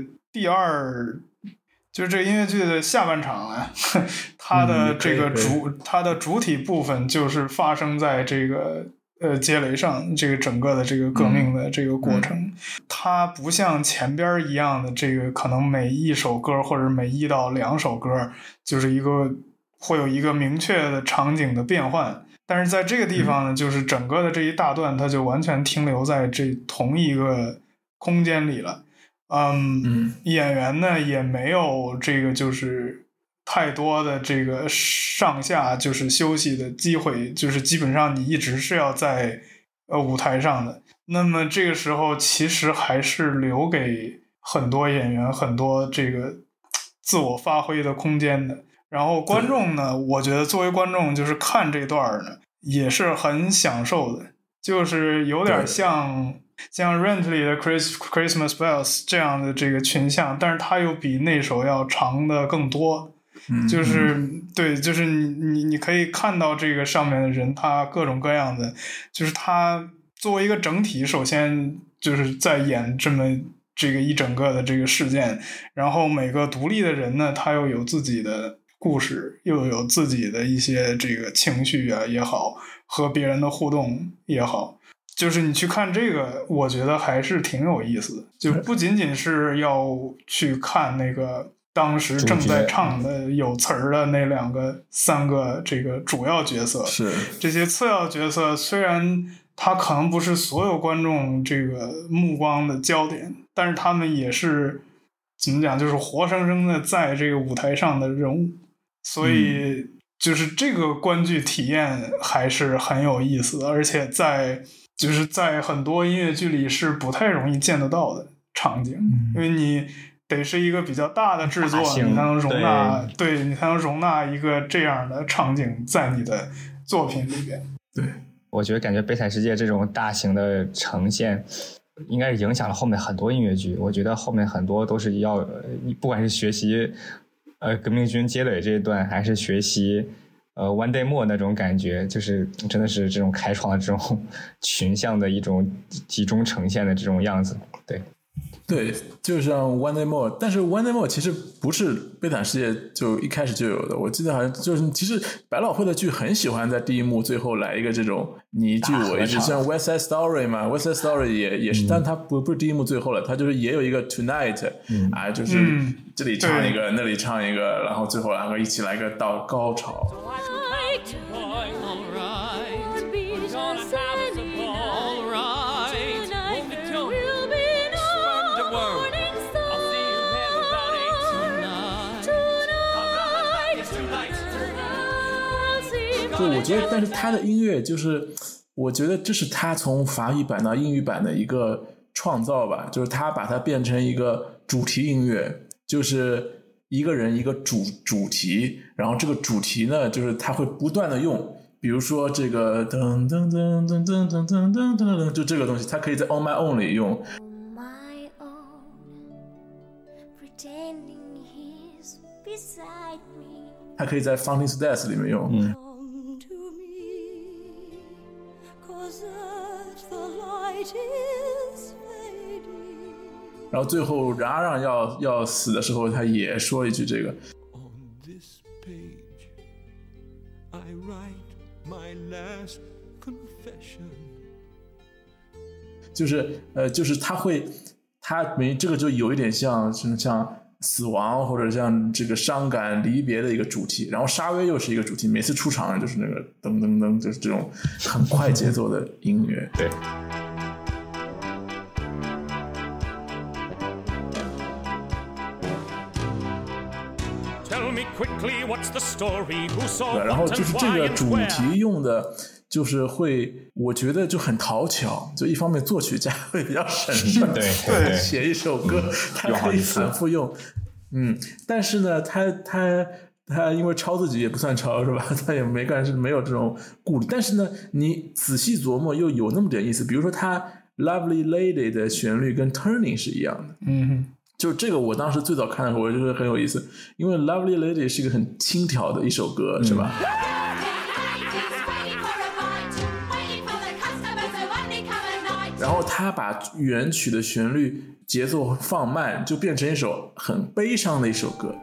就是这个音乐剧的下半场啊，它的这个它的主体部分就是发生在这个街雷上，这个整个的这个革命的这个过程，它不像前边一样的这个可能每一首歌或者每1到2首歌就是会有一个明确的场景的变换，但是在这个地方呢，就是整个的这一大段它就完全停留在这同一个空间里了。演员呢也没有这个就是太多的这个上下就是休息的机会，就是基本上你一直是要在舞台上的。那么这个时候其实还是留给很多演员很多这个自我发挥的空间的。然后观众呢，我觉得作为观众就是看这段呢也是很享受的，就是有点像 Rentley 的 Christmas Bells 这样的这个群像，但是它又比那首要长的更多。就是对，就是你可以看到这个上面的人，他各种各样的，就是他作为一个整体，首先就是在演这么这个一整个的这个事件，然后每个独立的人呢，他又有自己的故事，又有自己的一些这个情绪啊也好，和别人的互动也好，就是你去看这个，我觉得还是挺有意思的，就不仅仅是要去看那个当时正在唱的有词儿的那3个这个主要角色， 是这些次要角色，虽然他可能不是所有观众这个目光的焦点，但是他们也是怎么讲，就是活生生的在这个舞台上的人物，所以就是这个观剧体验还是很有意思的，而且在很多音乐剧里是不太容易见得到的场景，因为你得是一个比较大的制作，你才能容纳，对，你才能容纳一个这样的场景在你的作品里边。 对， 我觉得感觉《悲惨世界》这种大型的呈现，应该是影响了后面很多音乐剧。我觉得后面很多都是要，不管是学习革命军街垒这一段，还是学习One Day More 那种感觉，就是真的是这种开创的这种群像的一种集中呈现的这种样子。 对，就像 One Day More， 但是 One Day More 其实不是悲惨世界就一开始就有的，我记得好像就是其实百老汇的剧很喜欢在第一幕最后来一个这种你一句我一句，像 West Side Story 嘛， West Side Story 也是，但它不是第一幕最后了，它就是也有一个 Tonight，就是这里唱一个，那里唱一个，然后最后两个一起来个到高潮。就我觉得，但是他的音乐就是，我觉得这是他从法语版到英语版的一个创造吧，就是他把它变成一个主题音乐，就是一个人一个主题，然后这个主题呢，就是他会不断的用，比如说这个噔噔噔噔噔噔噔噔噔，就这个东西，它可以在 On My Own 里用。它可以在 Fountain to Death 里面用。然后最后冉冉要死的时候，他也说一句这个。就是他这个就有一点像死亡或者像这个伤感离别的一个主题，然后沙威又是一个主题，每次出场就是那个噔噔噔，就是这种很快节奏的音乐。 对。 Tell me 然后就是这个主题用的就是会我觉得就很讨巧，就一方面作曲家会比较省事， 对， 写一首歌他可以反复用，但是呢他因为抄自己也不算抄是吧，他也没有这种顾虑，但是呢你仔细琢磨又有那么点意思，比如说他 Lovely Lady 的旋律跟 Turning 是一样的，就这个我当时最早看的时候我就觉得很有意思，因为 Lovely Lady 是一个很轻佻的一首歌，是吧？然后他把原曲的旋律节奏放慢，就变成一首很悲伤的一首歌。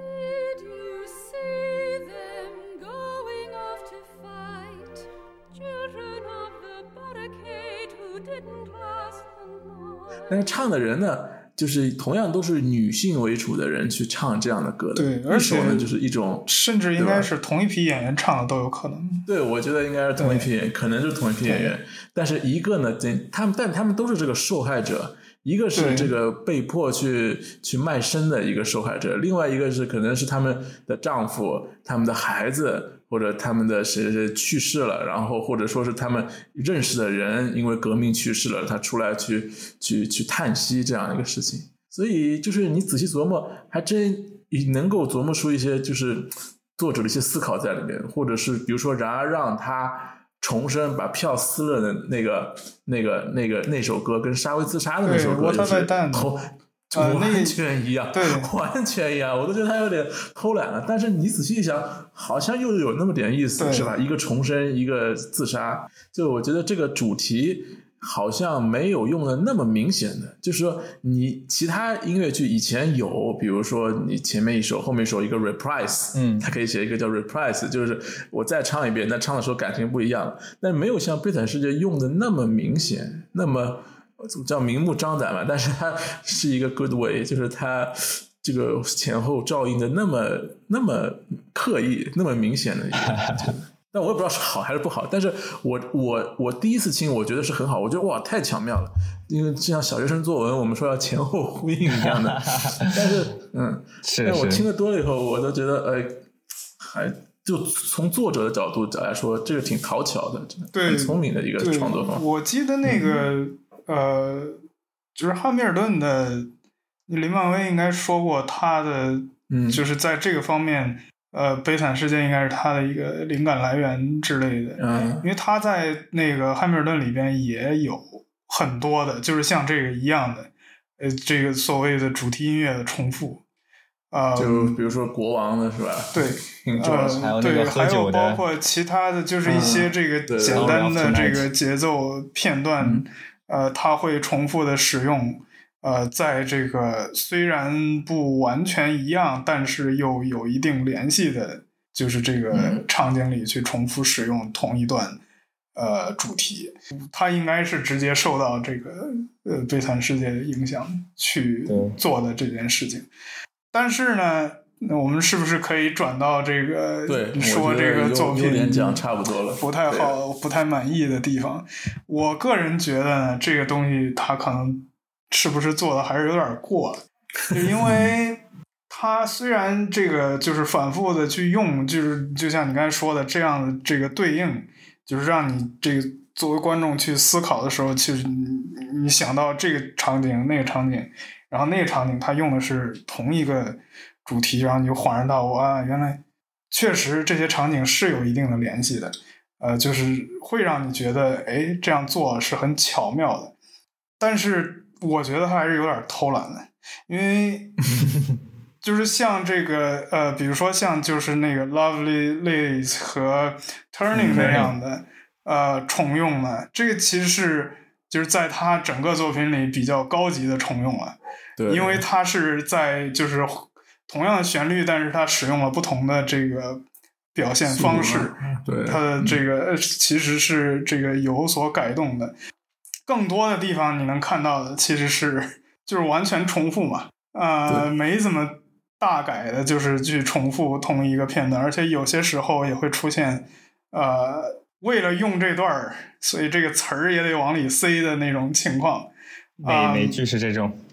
但是唱的人呢，就是同样都是女性为主的人去唱这样的歌的。 对，而且呢就是一种， 甚至应该是同一批演员唱的都有可能。 对，我觉得应该是同一批演员，可能是同一批演员。但是一个呢，他们都是这个受害者，一个是这个被迫去卖身的一个受害者，另外一个是可能是他们的丈夫、他们的孩子。或者他们的谁去世了，然后或者说是他们认识的人因为革命去世了，他出来去叹息这样一个事情。所以就是你仔细琢磨，还真能够琢磨出一些就是作者的一些思考在里面，或者是比如说然而让他重生把票撕了的那首歌跟沙威自杀的那首歌就是完全一样， 对， 完全一样，我都觉得他有点偷懒了。但是你仔细一想，好像又有那么点意思，是吧？一个重生，一个自杀，就我觉得这个主题好像没有用的那么明显的，就是说你其他音乐剧以前有，比如说你前面一首，后面一首一个 reprise，它可以写一个叫 reprise， 就是我再唱一遍，但唱的时候感情不一样，但没有像《悲惨世界》用的那么明显，那么。怎么叫明目张胆嘛？但是它是一个 good way， 就是它这个前后照应的那么刻意、那么明显的一个。但我也不知道是好还是不好。但是我第一次听，我觉得是很好，我觉得哇太巧妙了，因为就像小学生作文，我们说要前后呼应一样的。但是但我听得多了以后，我都觉得还。就从作者的角度来说，这个挺讨巧的，很聪明的一个创作方法。 我记得那个。就是汉密尔顿的林漫威应该说过他的，就是在这个方面，悲惨世界应该是他的一个灵感来源之类的，因为他在那个汉密尔顿里边也有很多的，就是像这个一样的，这个所谓的主题音乐的重复， 就比如说国王的是吧？ 对，对，还有包括其他的就是一些这个简单的这个节奏片段。它会重复的使用，在这个虽然不完全一样，但是又有一定联系的，就是这个场景里去重复使用同一段主题。它应该是直接受到这个悲惨世界的影响去做的这件事情。但是呢，我们是不是可以转到这个说这个作品讲差不多了， 不太好、不太满意的地方？我个人觉得呢，这个东西它可能是不是做的还是有点过了，因为它虽然这个就是反复的去用，就像你刚才说的这样的这个对应，就是让你这个作为观众去思考的时候，其实你想到这个场景、那个场景，然后那个场景它用的是同一个主题，然后你就恍然大悟啊，原来确实这些场景是有一定的联系的，就是会让你觉得，哎，这样做是很巧妙的。但是我觉得还是有点偷懒的，因为就是像这个比如说像就是那个 Lovely Ladies 和 Turning 那样的重用呢，这个其实是就是在他整个作品里比较高级的重用了，因为他是在就是同样的旋律，但是他使用了不同的这个表现方式， 对， 他的这个其实是这个有所改动的。更多的地方你能看到的其实是就是完全重复嘛，没怎么大改的，就是去重复同一个片段，而且有些时候也会出现为了用这段，所以这个词儿也得往里塞的那种情况。 美剧是这种。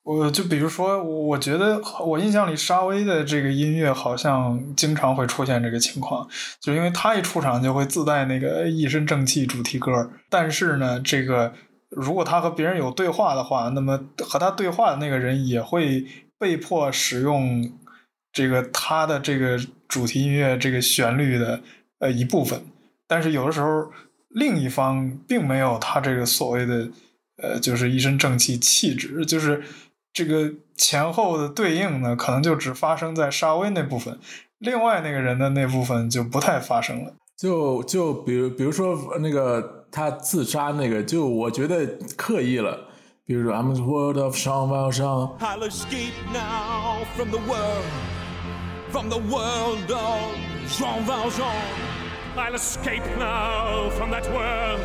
我就比如说，我觉得我印象里沙威的这个音乐好像经常会出现这个情况，就因为他一出场就会自带那个一身正气主题歌，但是呢，这个如果他和别人有对话的话，那么和他对话的那个人也会被迫使用这个他的这个主题音乐这个旋律的一部分，但是有的时候另一方并没有他这个所谓的就是一身正气气质，就是这个前后的对应呢，可能就只发生在沙威那部分，另外那个人的那部分就不太发生了。 就比如说那个他自杀那个，就我觉得刻意了。比如说 I'm the world of 上方上 I'll escape now from the world of Jean Valjean. I'll escape now from that world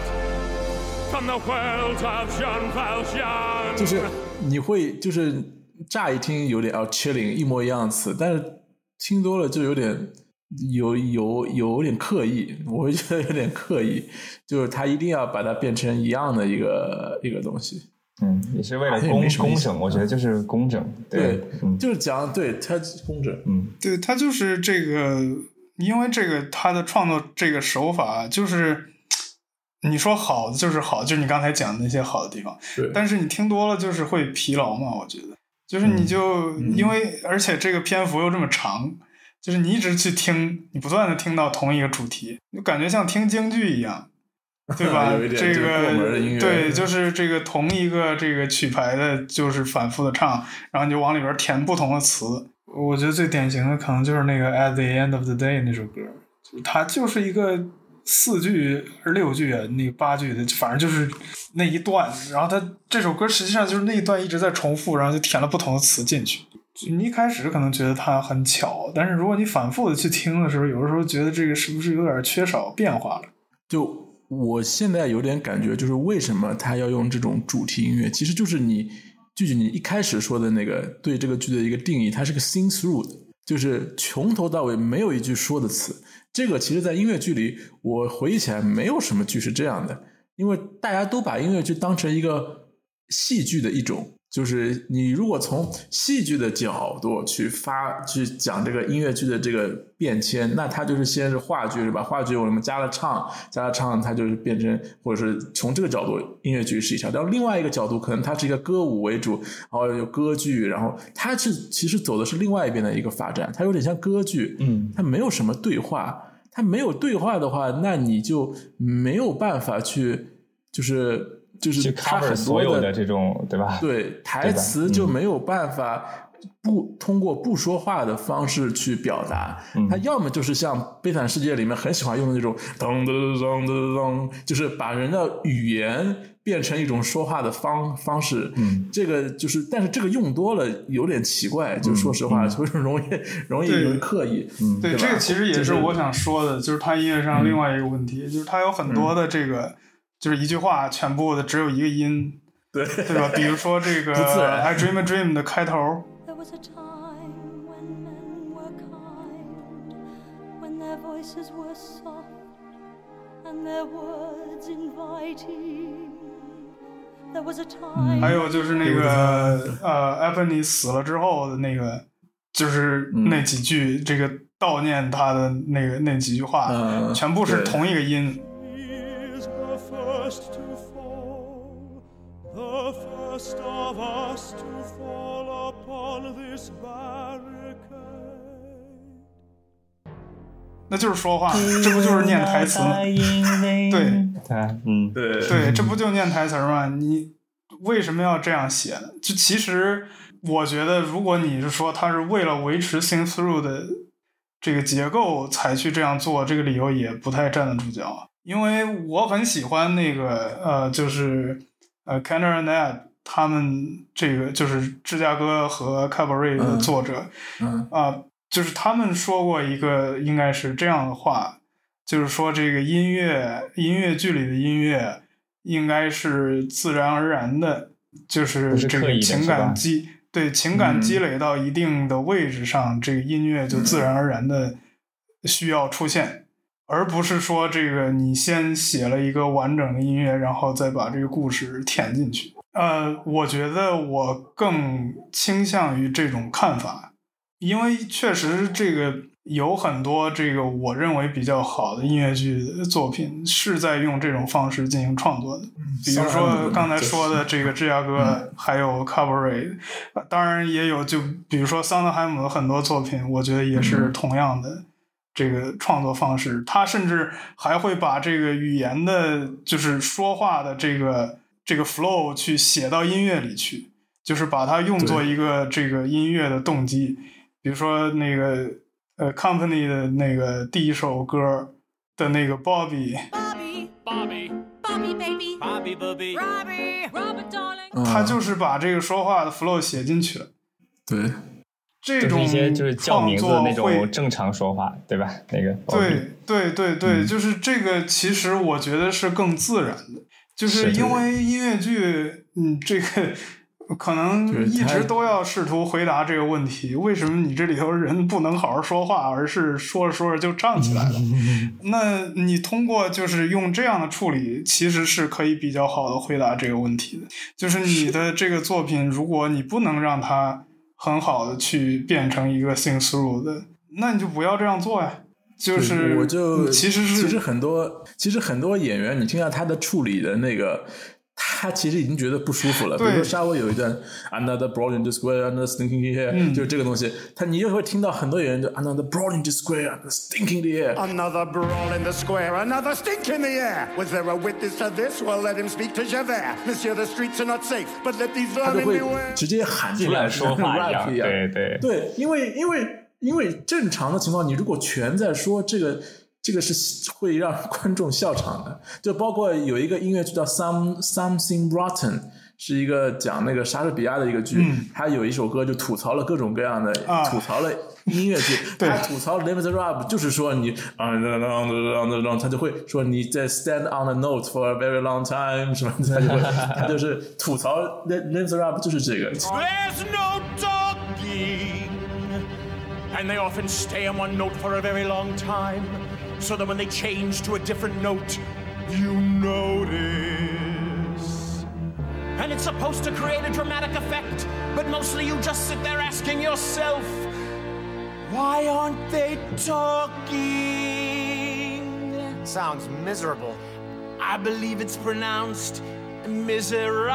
of Jean Valjean. 就是你会就是乍一听有点chilling 一模一样的词，但是听多了就有点有点刻意，我会觉得有点刻意，就是他一定要把它变成一样的一个东西。 也是为了工整，我觉得就是工整，对， 就是讲对他工整， 对他就是这个，因为这个他的创作这个手法就是你说好的就是好，就是你刚才讲的那些好的地方，但是你听多了就是会疲劳嘛，我觉得就是你就因为而且这个篇幅又这么长，就是你一直去听，你不断的听到同一个主题，就感觉像听京剧一样。对吧？这个对，就是这个同一个这个曲牌的，就是反复的唱，然后你就往里边填不同的词。我觉得最典型的可能就是那个 At the End of the Day 那首歌，它就是一个4句6句那个8句的，反正就是那一段。然后它这首歌实际上就是那一段一直在重复，然后就填了不同的词进去。你一开始可能觉得它很巧，但是如果你反复的去听的时候，有的时候觉得这个是不是有点缺少变化了？ 就我现在有点感觉，就是为什么他要用这种主题音乐，其实就是你一开始说的那个对这个剧的一个定义，它是个 sing through 的，就是从头到尾没有一句说的词。这个其实在音乐剧里我回忆起来没有什么剧是这样的，因为大家都把音乐剧当成一个戏剧的一种，就是你如果从戏剧的角度去讲这个音乐剧的这个变迁，那它就是先是话剧，是吧？话剧我们加了唱，它就是变成，或者是从这个角度音乐剧是一条。然后另外一个角度可能它是一个歌舞为主，然后有歌剧，然后它其实走的是另外一边的一个发展，它有点像歌剧，它没有什么对话，它没有对话的话，那你就没有办法去就是他很多所有的这种，对吧？ 对，台词就没有办法通过不说话的方式去表达。他要么就是像《悲惨世界》里面很喜欢用的那种噔噔噔噔噔，就是把人的语言变成一种说话的方式。这个就是，但是这个用多了有点奇怪，就说实话，就是容易刻意。 对，这个其实也是我想说的，就是他音乐上另外一个问题，就是他有很多的这个。就是一句话全部的只有一个音，对吧？比如说这个 I Dream a Dream 的开头。There was a time when men were kind, when their voices were soft and their words inviting. There was a time. 还有就是那个Ebony 死了之后的那个，就是那几句这个悼念他的那几句话，全部是同一个音。The first of us to fall upon this barricade. 那就是说话，这不就是念台词吗？对，这不就念台词吗？你为什么要这样写呢？就其实我觉得，如果你是说他是为了维持 sing through 的这个结构才去这样做，这个理由也不太站得住脚。因为我很喜欢那个就是Kenner and Ed 他们这个就是芝加哥和 Cabaret 的作者，就是他们说过一个应该是这样的话，就是说这个音乐剧里的音乐应该是自然而然的，就是这个情感积累到一定的位置上，这个音乐就自然而然的需要出现。而不是说这个你先写了一个完整的音乐，然后再把这个故事填进去。 我觉得我更倾向于这种看法，因为确实这个有很多这个我认为比较好的音乐剧的作品是在用这种方式进行创作的，比如说刚才说的这个芝加哥，还有 Cabaret， 当然也有就比如说桑德海姆的很多作品，我觉得也是同样的这个创作方式，他甚至还会把这个语言的就是说话的这个 flow 去写到音乐里去，就是把它用作一个这个音乐的动机。比如说那个Company 的那个第一首歌的那个 Bobby baby 他就是把这个说话的 flow 写进去了。 对， 这种就是一些就是叫名字的那种正常说话，对吧？那个对，就是这个其实我觉得是更自然的，就是因为音乐剧这个可能一直都要试图回答这个问题，为什么你这里头人不能好好说话，而是说着说着就唱起来了？那你通过就是用这样的处理，其实是可以比较好的回答这个问题的。就是你的这个作品，如果你不能让它很好的去变成一个 sing through 的，那你就不要这样做呀。就是我就其实很多演员，你听到他的处理的那个。他其实已经觉得不舒服了，比如说沙威有一段 Another brought into square, another stinking here，就是这个东西，你就会听到很多演员就 Another brought into square, another stinking the air. Another brawl in the square, another stink in the air. Was there a witness to this? Well, let him speak to Javert. Monsieur, the streets are not safe, but let these vermin beware. 他就会直接喊出来， 说话一样， 对，因为正常的情况，你如果全在说这个是会让观众笑场的，就包括有一个音乐剧叫 Something Rotten， 是一个讲那个莎士比亚的一个剧，他有一首歌就吐槽了各种各样的，吐槽了音乐剧，他吐槽 Les Miserables， 就是说你他就会说你在 stand on a note for a very long time 什么，他就是吐槽 Les Miserables 就是这个。 There's no talking, and they often stay on one note for a very long time.So that when they change to a different note, you notice. And it's supposed to create a dramatic effect, but mostly you just sit there asking yourself, why aren't they talking? Sounds miserable. I believe it's pronounced miserable.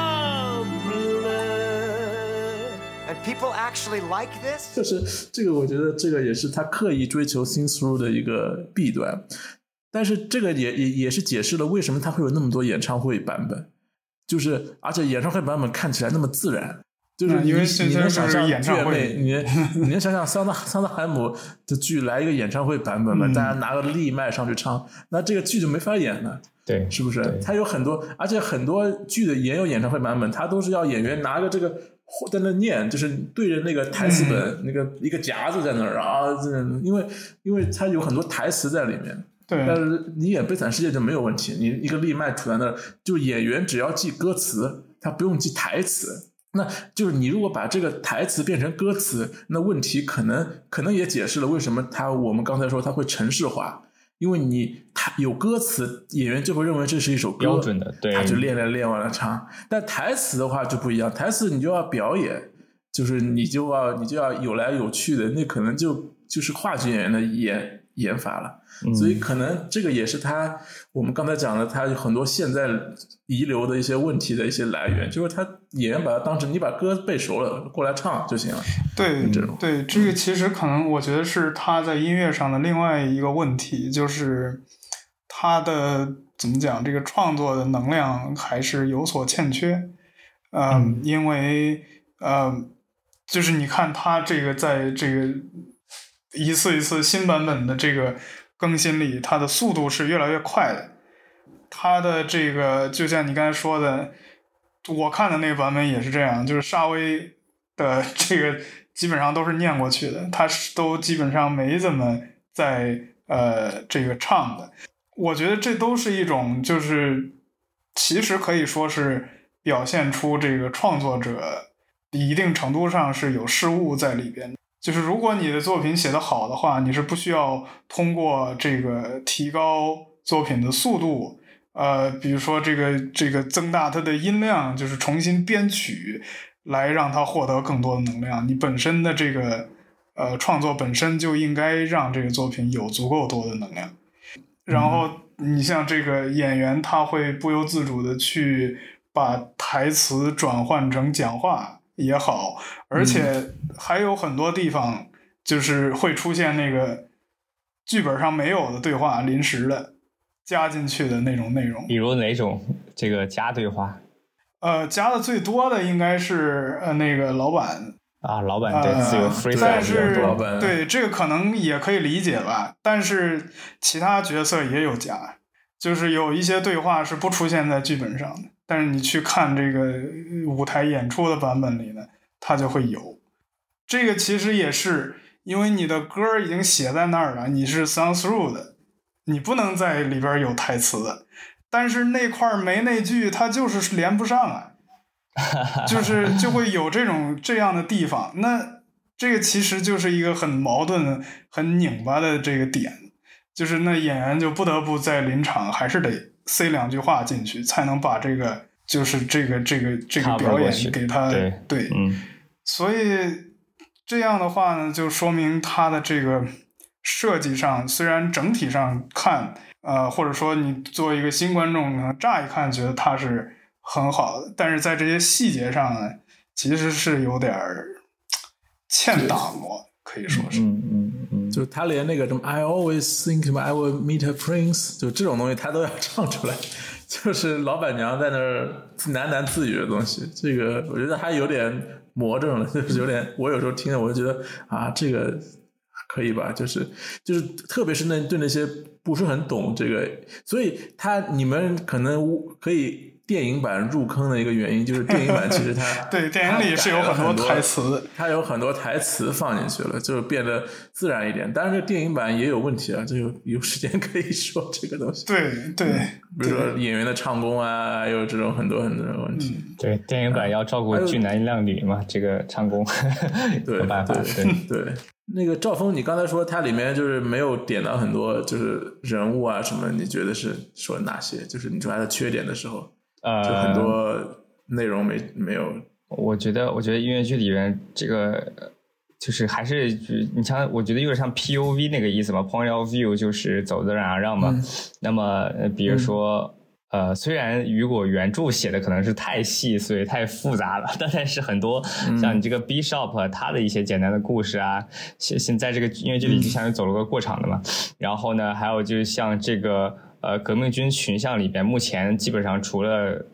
And people actually like this? 就是这个，我觉得这个也是他刻意追求 sing through 的一个弊端，但是这个也是解释了为什么他会有那么多演唱会版本，就是而且演唱会版本看起来那么自然，就是你能想象乐妹，你能想象桑德海姆的剧来一个演唱会版本吗？大家拿个立麦上去唱，那这个剧就没法演了。 对， 是不是？他有很多，而且很多剧的也有演唱会版本，他都是要演员拿个这个在那念，就是对着那个台词本，那个一个夹子在那儿啊，因为他有很多台词在里面。 对， 但是你演《悲惨世界》就没有问题，你一个立麦杵在那儿，就演员只要记歌词，他不用记台词。那就是你如果把这个台词变成歌词，那问题可能也解释了为什么我们刚才说他会程式化。因为他有歌词，演员就会认为这是一首歌标准的，对， 他就练完了唱。但台词的话就不一样，台词你就要表演，就是你就要有来有去的，那可能就是话剧演员的演法了。所以可能这个也是我们刚才讲的，他有很多现在遗留的一些问题的一些来源，就是他演员把它当成你把歌背熟了过来唱就行了。 对，这个其实可能我觉得是他在音乐上的另外一个问题，就是他的怎么讲，这个创作的能量还是有所欠缺。因为就是你看他这个在这个一次一次新版本的这个更新里，它的速度是越来越快的。它的这个就像你刚才说的，我看的那个版本也是这样，就是沙威的这个基本上都是念过去的，他都基本上没怎么在这个唱的。我觉得这都是一种就是其实可以说是表现出这个创作者一定程度上是有失误在里边的。就是如果你的作品写得好的话，你是不需要通过这个提高作品的速度比如说这个增大它的音量，就是重新编曲来让它获得更多的能量。你本身的这个创作本身就应该让这个作品有足够多的能量。然后你像这个演员，他会不由自主的去把台词转换成讲话也好，而且还有很多地方就是会出现那个剧本上没有的对话，临时的加进去的那种内容。 比如哪种这个加对话？ 加的最多的应该是那个老板啊，老板对自由 freestyle， 但是老板对这个可能也可以理解吧。但是其他角色也有加，就是有一些对话是不出现在剧本上的，但是你去看这个舞台演出的版本里呢，它就会有。这个其实也是因为你的歌已经写在那儿了，你是 sung through 的，你不能在里边有台词的。但是那块没那句，它就是连不上啊。就会有这样的地方，那这个其实就是一个很矛盾很拧巴的这个点，就是那演员就不得不在临场还是得塞2句话进去，才能把这个就是这个表演给他对，所以这样的话呢，就说明他的这个设计上，虽然整体上看或者说你作为一个新观众，可能乍一看觉得他是很好的，但是在这些细节上呢，其实是有点欠打磨，可以说是。 就他连那个什么 I always think I will meet a prince， 就这种东西他都要唱出来，就是老板娘在那儿喃喃自语的东西。这个我觉得还有点魔怔了，就是有点，我有时候听了我就觉得啊，这个可以吧，就是特别是对那些不是很懂这个，所以你们可能可以电影版入坑的一个原因，就是电影版其实它对电影里是有很多台词， 它有很多台词放进去了，就变得自然一点。当然，这电影版也有问题啊，这有时间可以说这个东西。 对， 比如说演员的唱功啊，还有这种很多问题。 对，电影版要照顾俊男靓女嘛，这个唱功对没办法。 对。那个赵峰，你刚才说它里面就是没有点到很多就是人物啊什么，你觉得是说哪些？就是你说它的缺点的时候，就很多内容没有。我觉得音乐剧里面这个就是还是你像，我觉得有点像 POV 那个意思嘛 ，Point of View 就是走着让嘛。那么比如说。虽然雨果原著写的可能是太细，所以太复杂了，但是很多像你这个 Bishop 他的一些简单的故事啊，现在这个音乐剧里就像是走了个过场的嘛。然后呢，还有就是像这个革命军群像里边，目前基本上除了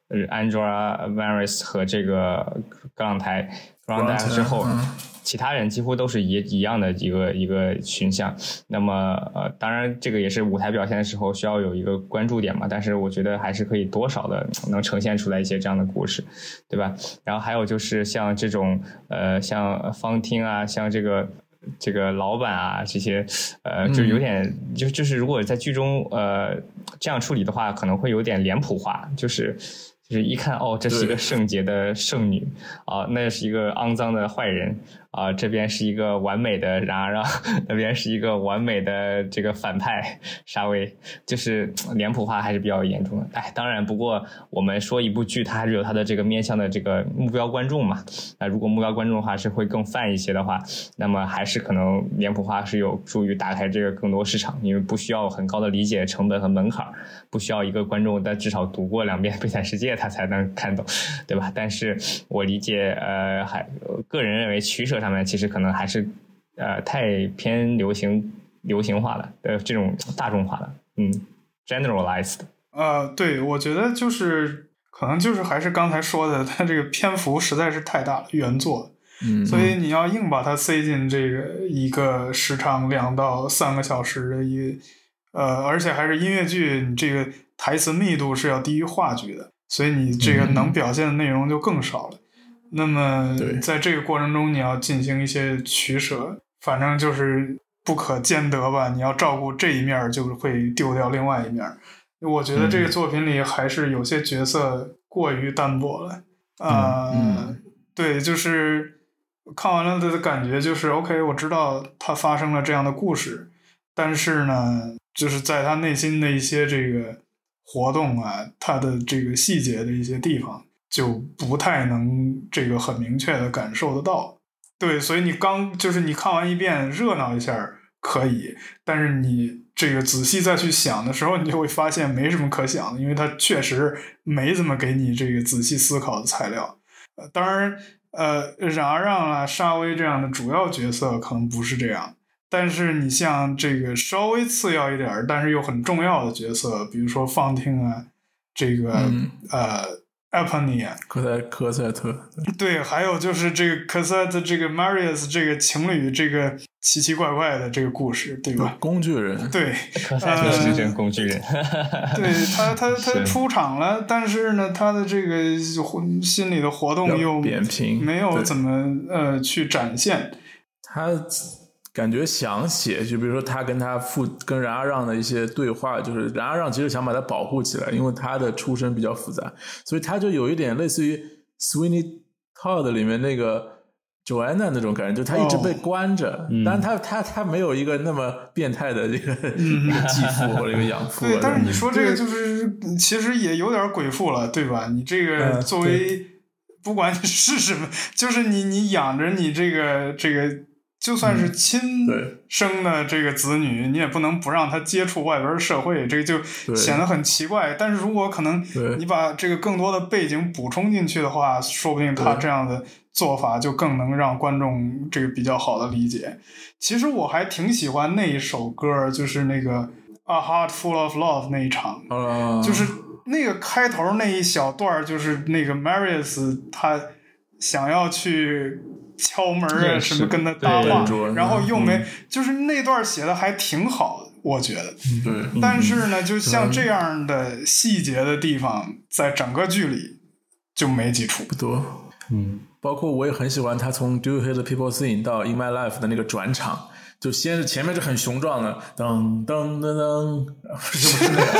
Angela Varys 和这个格朗台之后。其他人几乎都是一样的一个群像，那么当然这个也是舞台表现的时候需要有一个关注点嘛，但是我觉得还是可以多少的能呈现出来一些这样的故事，对吧？然后还有就是像这种像方汀啊，像这个老板啊，这些就有点就是如果在剧中这样处理的话，可能会有点脸谱化，就是一看这是一个圣洁的圣女啊，那是一个肮脏的坏人啊，这边是一个完美的然那边是一个完美的这个反派沙威，就是脸谱化还是比较严重的。当然不过我们说一部剧它还是有它的这个面向的这个目标观众嘛，如果目标观众的话是会更泛一些的话，那么还是可能脸谱化是有助于打开这个更多市场，因为不需要很高的理解成本和门槛，不需要一个观众但至少读过2遍《悲惨世界》他才能看懂，对吧？但是我理解个人认为取舍上面其实可能还是太偏流行化了，这种大众化的generalized。 对，我觉得可能就是还是刚才说的，它这个篇幅实在是太大了，原作。所以你要硬把它塞进这个一个时长2到3个小时的一个而且还是音乐剧，你这个台词密度是要低于话剧的，所以你这个能表现的内容就更少了。那么在这个过程中你要进行一些取舍，反正就是不可兼得吧，你要照顾这一面就会丢掉另外一面。我觉得这个作品里还是有些角色过于单薄了对，就是看完了的感觉就是 OK， 我知道他发生了这样的故事，但是呢就是在他内心的一些这个活动啊，它的这个细节的一些地方就不太能这个很明确的感受得到。对，所以你就是你看完一遍热闹一下可以，但是你这个仔细再去想的时候，你就会发现没什么可想的，因为它确实没怎么给你这个仔细思考的材料。当然冉阿让啊、沙威这样的主要角色可能不是这样，但是你像这个稍微次要一点但是又很重要的角色，比如说放听啊，这个Epony 啊， 科赛特， 对，还有就是这个科赛特这个 Marius 这个情侣这个奇奇怪怪的这个对吧？ 工具人， 对， 科赛特是真工具人。 对他出场了，但是呢，他的这个心理的活动又扁平， 没有怎么去展现。 他感觉想写，就比如说他跟冉阿让的一些对话，就是冉阿让其实想把他保护起来，因为他的出身比较复杂，所以他就有一点类似于 Sweeney Todd 里面那个 Joanna 那种感觉，就他一直被关着，但他没有一个那么变态的这个继父或者一个养父。 对，但是你说这个就是其实也有点鬼父了，对吧？你这个作为不管你是什么，就是你养着你这个。就算是亲生的这个子女，你也不能不让他接触外边社会，这个就显得很奇怪。但是如果可能你把这个更多的背景补充进去的话，说不定他这样的做法就更能让观众这个比较好的理解。其实我还挺喜欢那一首歌，就是那个 A Heart Full of Love 那一场，就是那个开头那一小段，就是那个 Marius 他想要去敲门啊，什么跟他搭话，然后又没，就是那段写的还挺好的，我觉得。 对。 但是呢，就像这样的细节的地方，在整个剧里就没几处。 不多。包括我也很喜欢他从 Do You Hear the People Sing 到 In My Life 的那个转场。就先是前面是很雄壮的，噔噔噔噔，不是那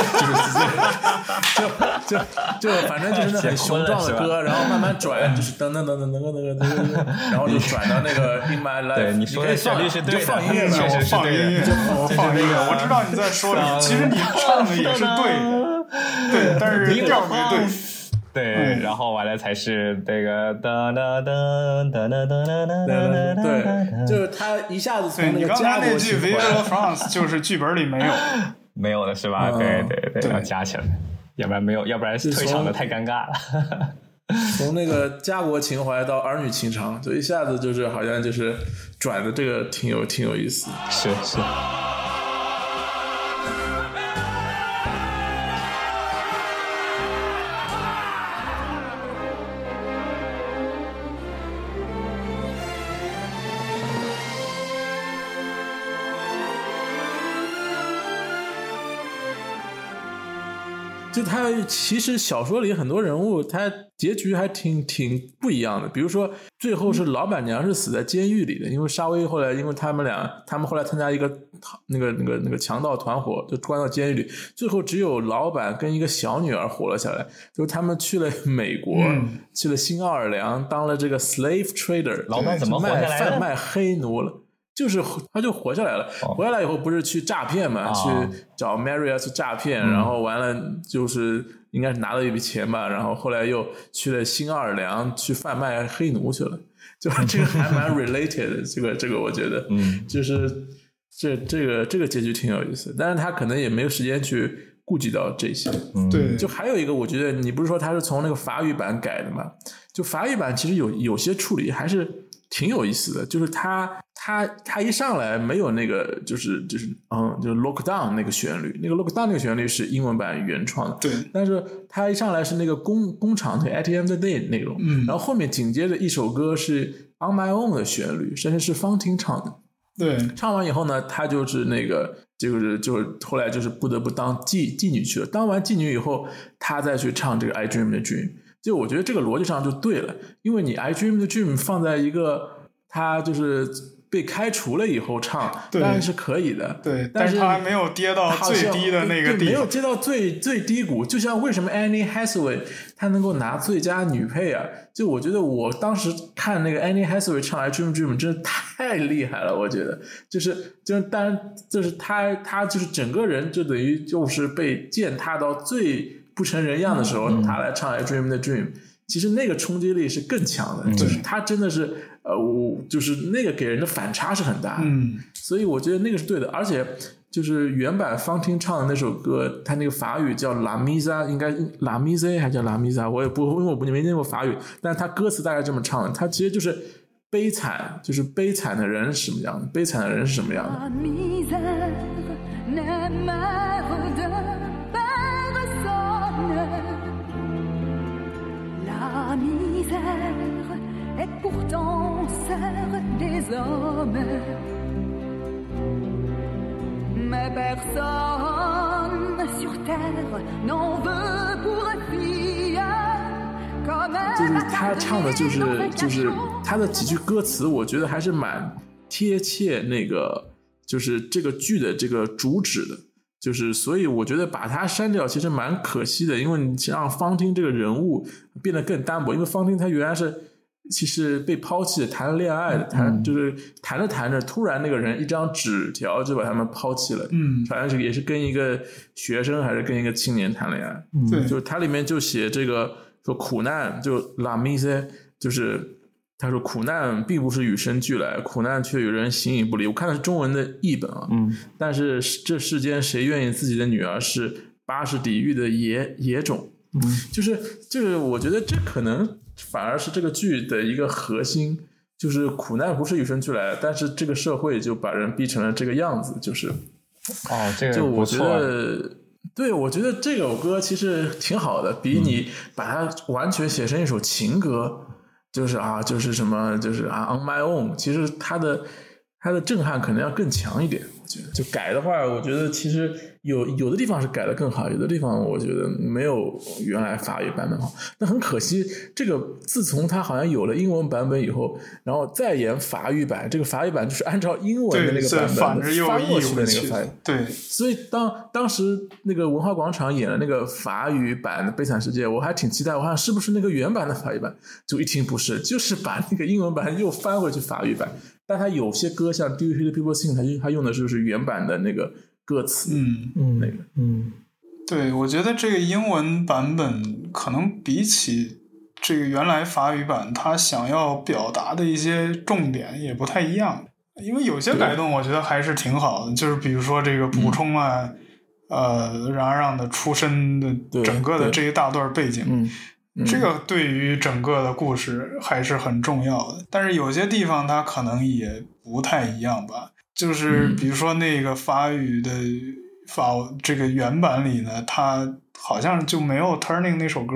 个，就反正就是那很雄壮的歌，然后慢慢转，就是噔噔噔噔噔噔噔，然后就转到那个 In My Life。 对，你说的旋律是对的， 就放音乐，我放音乐，我知道你在说什么，其实你唱的也是对的，对，但是调没对。 对，然后完了才是这个哒哒哒哒哒哒哒哒。 对，就是他一下子从那个加那句 Vive la France 就是剧本里没有的是吧？对，要加起来，要不然没有，要不然退场的太尴尬了。 从那个家国情怀到儿女情长，就一下子就是好像就是转的这个挺有意思。 是。 就他其实小说里很多人物他结局还挺不一样的，比如说最后是老板娘是死在监狱里的，因为沙威后来因为他们后来参加一个那个强盗团伙就关到监狱里，最后只有老板跟一个小女儿活了下来，就他们去了美国，去了新奥尔良当了这个 slave trader， 老板怎么活下来贩卖黑奴了，就是他就活下来了，活下来以后不是去诈骗嘛，去找 Maria 去诈骗，然后完了就是应该是拿了一笔钱吧，然后后来又去了新奥尔良去贩卖黑奴去了，就这个还蛮 related 的，这个我觉得，就是这个结局挺有意思，但是他可能也没有时间去顾及到这些， 对， 就还有一个我觉得你不是说他是从那个法语版改的嘛，就法语版其实有些处理还是挺有意思的，就是他一上来没有那个就是 lockdown 那个旋律，那个 lockdown 那个旋律是英文版原创的， 对， 但是他一上来是那个工厂的 ATM the Day 内容，然后后面紧接着一首歌是 On My Own 的旋律，甚至是方婷唱的， 对， 唱完以后呢，他就是那个就是后来就是不得不当妓女去了，当完妓女以后，他再去唱这个 I Dream the Dream。就我觉得这个逻辑上就对了，因为你 I Dream the Dream 放在一个他就是被开除了以后唱，当然是可以的。 对， 但是他还没有跌到最低的那个地方， 没有跌到最低谷。就像为什么 Anne Hathaway 她能够拿最佳女配啊？就我觉得我当时看那个 Anne Hathaway 唱来 Dream Dream 真的太厉害了，我觉得就是当然就是他就是整个人就等于就是被践踏到最不成人样的时候，他来唱来 Dream the Dream。其实那个冲击力是更强的，就是他真的是就是那个给人的反差是很大的，所以我觉得那个是对的。而且就是原版方汀唱的那首歌，他那个法语叫 La Misa， 应该 La Mise 还叫 La Misa， 我也不，因为我没念过法语，但是他歌词大概这么唱的，他其实就是悲惨，就是悲惨的人是什么样的，悲惨的人是什么样的。 La misère est pourtant sœur des hommes, mais personne sur terre n'en veut pour fille. 就是他唱的就是他的几句歌词，我觉得还是蛮贴切那个就是这个剧的这个主旨的。就是所以我觉得把它删掉其实蛮可惜的，因为你让方汀这个人物变得更单薄，因为方汀他原来是其实被抛弃的，谈了恋爱的，就是谈着谈着突然那个人一张纸条就把他们抛弃了，反正也是跟一个学生还是跟一个青年谈恋爱， 对， 就它里面就写这个说苦难就 La Mise， 就是他说苦难并不是与生俱来，苦难却有人形影不离。我看的是中文的译本啊，但是这世间谁愿意自己的女儿是80底狱的野种？就是这个，我觉得这可能反而是这个剧的一个核心，就是苦难不是与生俱来的，但是这个社会就把人逼成了这个样子，就是这个就我觉得。对，我觉得这首歌其实挺好的，比你把它完全写成一首情歌。就是什么，就是On My Own， 其实它的震撼可能要更强一点。我觉得就改的话，我觉得其实有的地方是改得更好，有的地方我觉得没有原来法语版本好。那很可惜，这个自从它好像有了英文版本以后，然后再演法语版，这个法语版就是按照英文的那个版本翻过去的那个法语。 对， 所以当时那个文化广场演了那个法语版的《悲惨世界》，我还挺期待，我看是不是那个原版的法语版，就一听不是，就是把那个英文版又翻回去法语版。但他有些歌像 Do You Hear the People Sing， 他用的就是原版的那个歌词， 对，我觉得这个英文版本可能比起这个原来法语版，他想要表达的一些重点也不太一样，因为有些改动我觉得还是挺好的，就是比如说这个补充了让的出身的整个的这一大段背景。这个对于整个的故事还是很重要的，但是有些地方它可能也不太一样吧，就是比如说那个法语的这个原版里呢，它好像就没有 Turning 那首歌。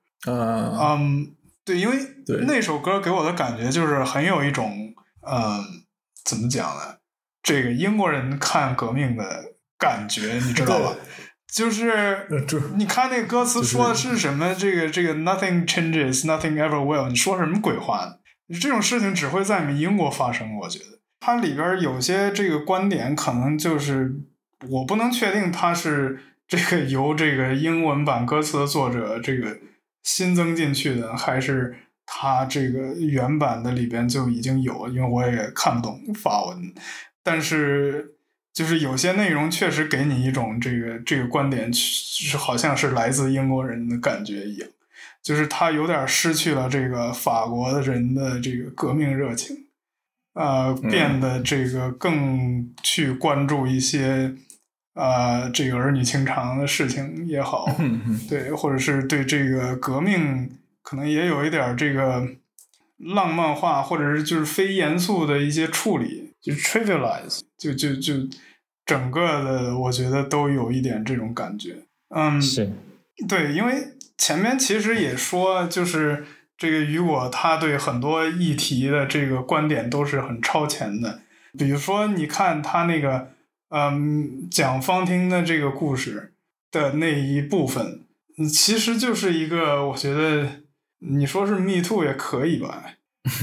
对，因为那首歌给我的感觉就是很有一种怎么讲呢，这个英国人看革命的感觉，你知道吧？就是你看那个歌词说的是什么，这个 nothing changes, nothing ever will， 你说什么鬼话呢？这种事情只会在你们英国发生，我觉得它里边有些这个观点可能就是我不能确定它是这个由这个英文版歌词的作者这个新增进去的，还是它这个原版的里边就已经有了，因为我也看不懂法文，但是就是有些内容确实给你一种这个观点是好像是来自英国人的感觉一样，就是他有点失去了这个法国的人的这个革命热情，变得这个更去关注一些这个儿女情长的事情也好，对，或者是对这个革命可能也有一点这个浪漫化，或者是就是非严肃的一些处理，就 trivialize， 就整个的我觉得都有一点这种感觉。 是，对， 因为前面其实也说，就是这个雨果他对很多议题的这个观点都是很超前的，比如说你看他那个讲方汀的这个故事的那一部分，其实就是一个我觉得你说是 Me Too 也可以吧，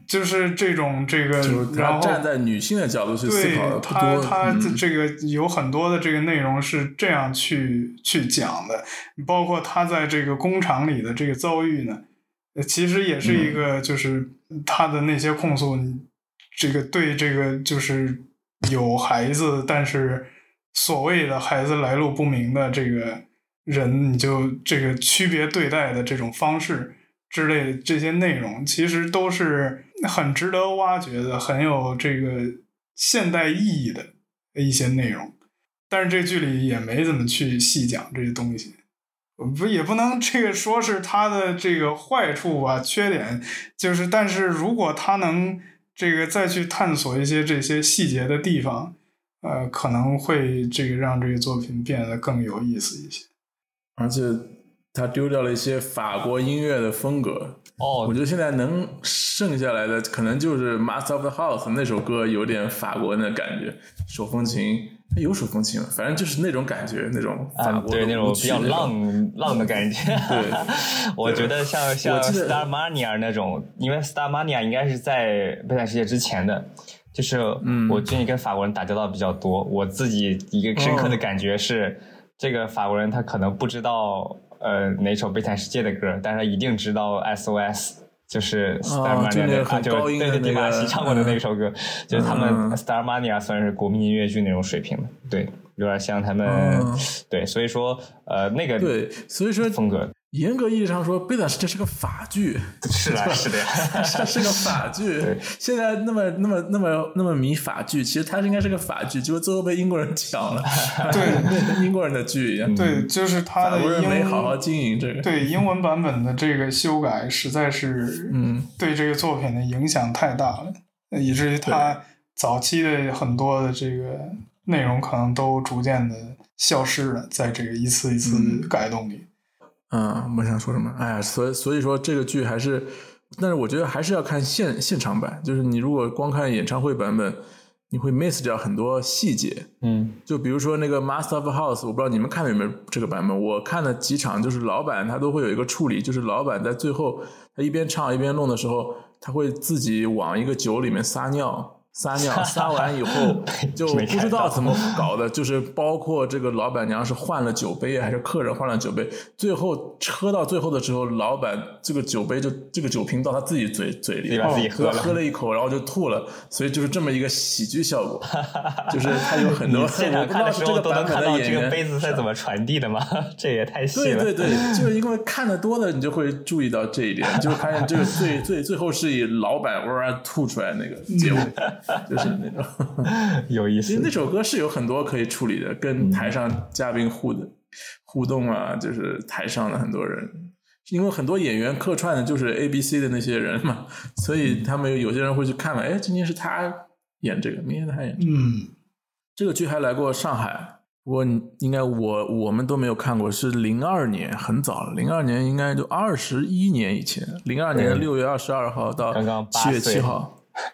就是这个， 就是然后站在女性的角度去思考的不多。 他这个有很多的这个内容是这样去讲的，包括他在这个工厂里的这个遭遇呢，其实也是一个就是他的那些控诉，这个对这个就是有孩子，但是所谓的孩子来路不明的这个人，你就这个区别对待的这种方式之类的这些内容，其实都是很值得挖掘的，很有这个现代意义的一些内容。但是这剧里也没怎么去细讲这些东西，也不能这个说是他的这个坏处吧，缺点就是，但是如果他能这个再去探索一些这些细节的地方，可能会这个让这个作品变得更有意思一些。 而且他丢掉了一些法国音乐的风格。我觉得现在能剩下来的可能就是《Master of the House》那首歌有点法国的感觉，手风琴有手风琴了，反正就是那种感觉，那种法国的对那种比较浪的感觉。对，我觉得像 Starmania 那种，因为 Starmania 应该是在悲惨世界之前的。就是我最近跟法国人打交道比较多，我自己一个深刻的感觉是，这个法国人他可能不知道哪首悲惨世界的歌，但是他一定知道 SOS， 就是 Starmania 就是对迪玛西唱过的那首歌，就是他们 Starmania 算是国民音乐剧那种水平的，对，有点像他们，对，所以说那个对，所以说风格。 严格意义上说，《悲惨世界》是个法剧， 是的，是的， 它是个法剧。现在那么迷法剧，其实它应该是个法剧，结果最后被英国人抢了，对，变成英国人的剧一样。 对，就是它的法国人没好好经营这个。 对，英文版本的这个修改实在是，对这个作品的影响太大了，以至于它早期的很多的这个内容可能都逐渐的消失了，在这个一次一次改动里。 我想说什么？哎呀，所以说这个剧还是，但是我觉得还是要看现场版。就是你如果光看演唱会版本，你会 miss 掉很多细节。就比如说那个 Master of the House， 我不知道你们看了有没有这个版本。我看了几场，就是老版他都会有一个处理，就是老版在最后他一边唱一边弄的时候，他会自己往一个酒里面撒尿，撒完以后就不知道怎么搞的，就是包括这个老板娘是换了酒杯还是客人换了酒杯，最后喝到最后的时候，老板这个酒杯就这个酒瓶到他自己嘴里， 把自己喝了一口，然后就吐了，所以就是这么一个喜剧效果。就是他有很多现场看的时候都能看到这个杯子是怎么传递的吗？这也太细了。 对，就是因为看得多的你就会注意到这一点，就发现这个最后是以老板吐出来那个结尾。就是那种有意思， 因为那首歌是有很多可以处理的，跟台上嘉宾互动啊，就是台上的很多人，因为很多演员客串的就是 ABC 的那些人嘛，所以他们有些人会去看了，哎，今天是他演这个，明天他演这个。这个剧还来过上海，不过应该我们都没有看过，是02年，很早了，02年应该就21年以前，02年6月22号到7月7号。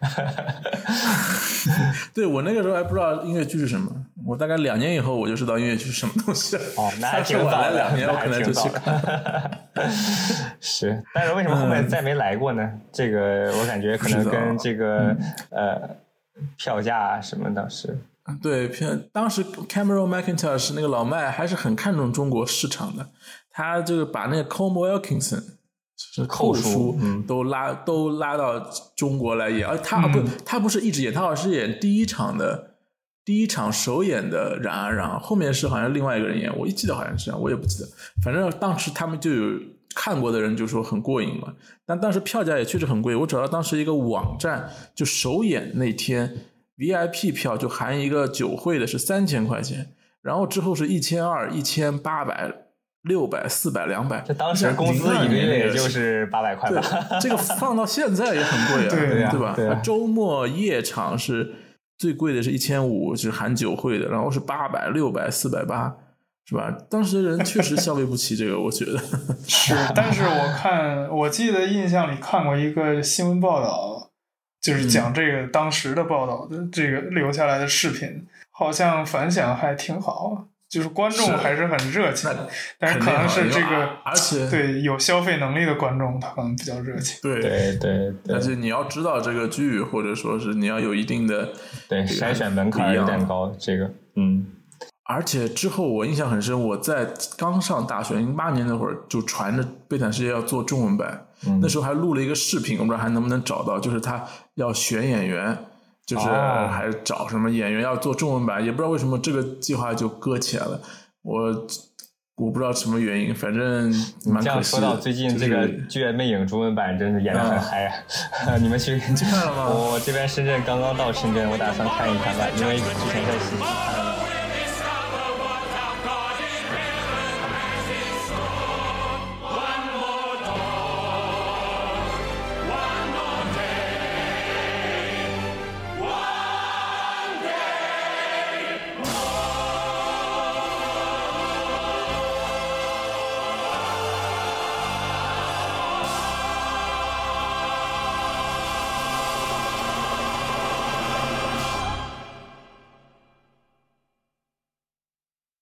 对，我那个时候还不知道音乐剧是什么，我大概2年以后我就知道音乐剧是什么东西了。 那还挺晚了2年，我可能就去看。 是，但是为什么后面再没来过呢？这个我感觉可能跟这个票价什么的是。 对，当时 Cameron McIntosh 那个老麦还是很看重中国市场的，他这个把那个 Colm Wilkinson。就是寇叔都拉到中国来演，而他不是一直演，他好像是演第一场首演的冉阿让，后面是好像另外一个人演，我一记得好像是这样，我也不记得，反正当时他们就有看过的人就说很过瘾嘛，但当时票价也确实很贵，我找到当时一个网站，就首演那天 VIP 票就含一个酒会的是3000块钱，然后之后是1200、1800。600、400、200， 这当时工资一个月也就是800块吧。 这个放到现在也很贵啊，对吧？周末夜场是最贵的是1500，就是含酒会的，然后是800、600、480，是吧？当时人确实消费不起这个，我觉得是。但是我记得印象里看过一个新闻报道，就是讲这个当时的报道的这个留下来的视频，好像反响还挺好。 就是观众还是很热情，但是可能是这个， 而且对有消费能力的观众，他可能比较热情。 对， 但是你要知道这个剧，或者说是你要有一定的对筛选门槛有点高，这个而且之后我印象很深，我在刚上大学08年那会儿就传着《悲惨世界》要做中文版，那时候还录了一个视频，我不知道还能不能找到，就是他要选演员，就是还找什么演员要做中文版，也不知道为什么这个计划就搁浅了，我不知道什么原因，反正蛮可惜的。 这样说到最近这个《剧院魅影》中文版真是演得很嗨啊！你们去看了吗？ 我这边深圳刚刚到深圳，我打算看一看吧，因为之前在西溪看了。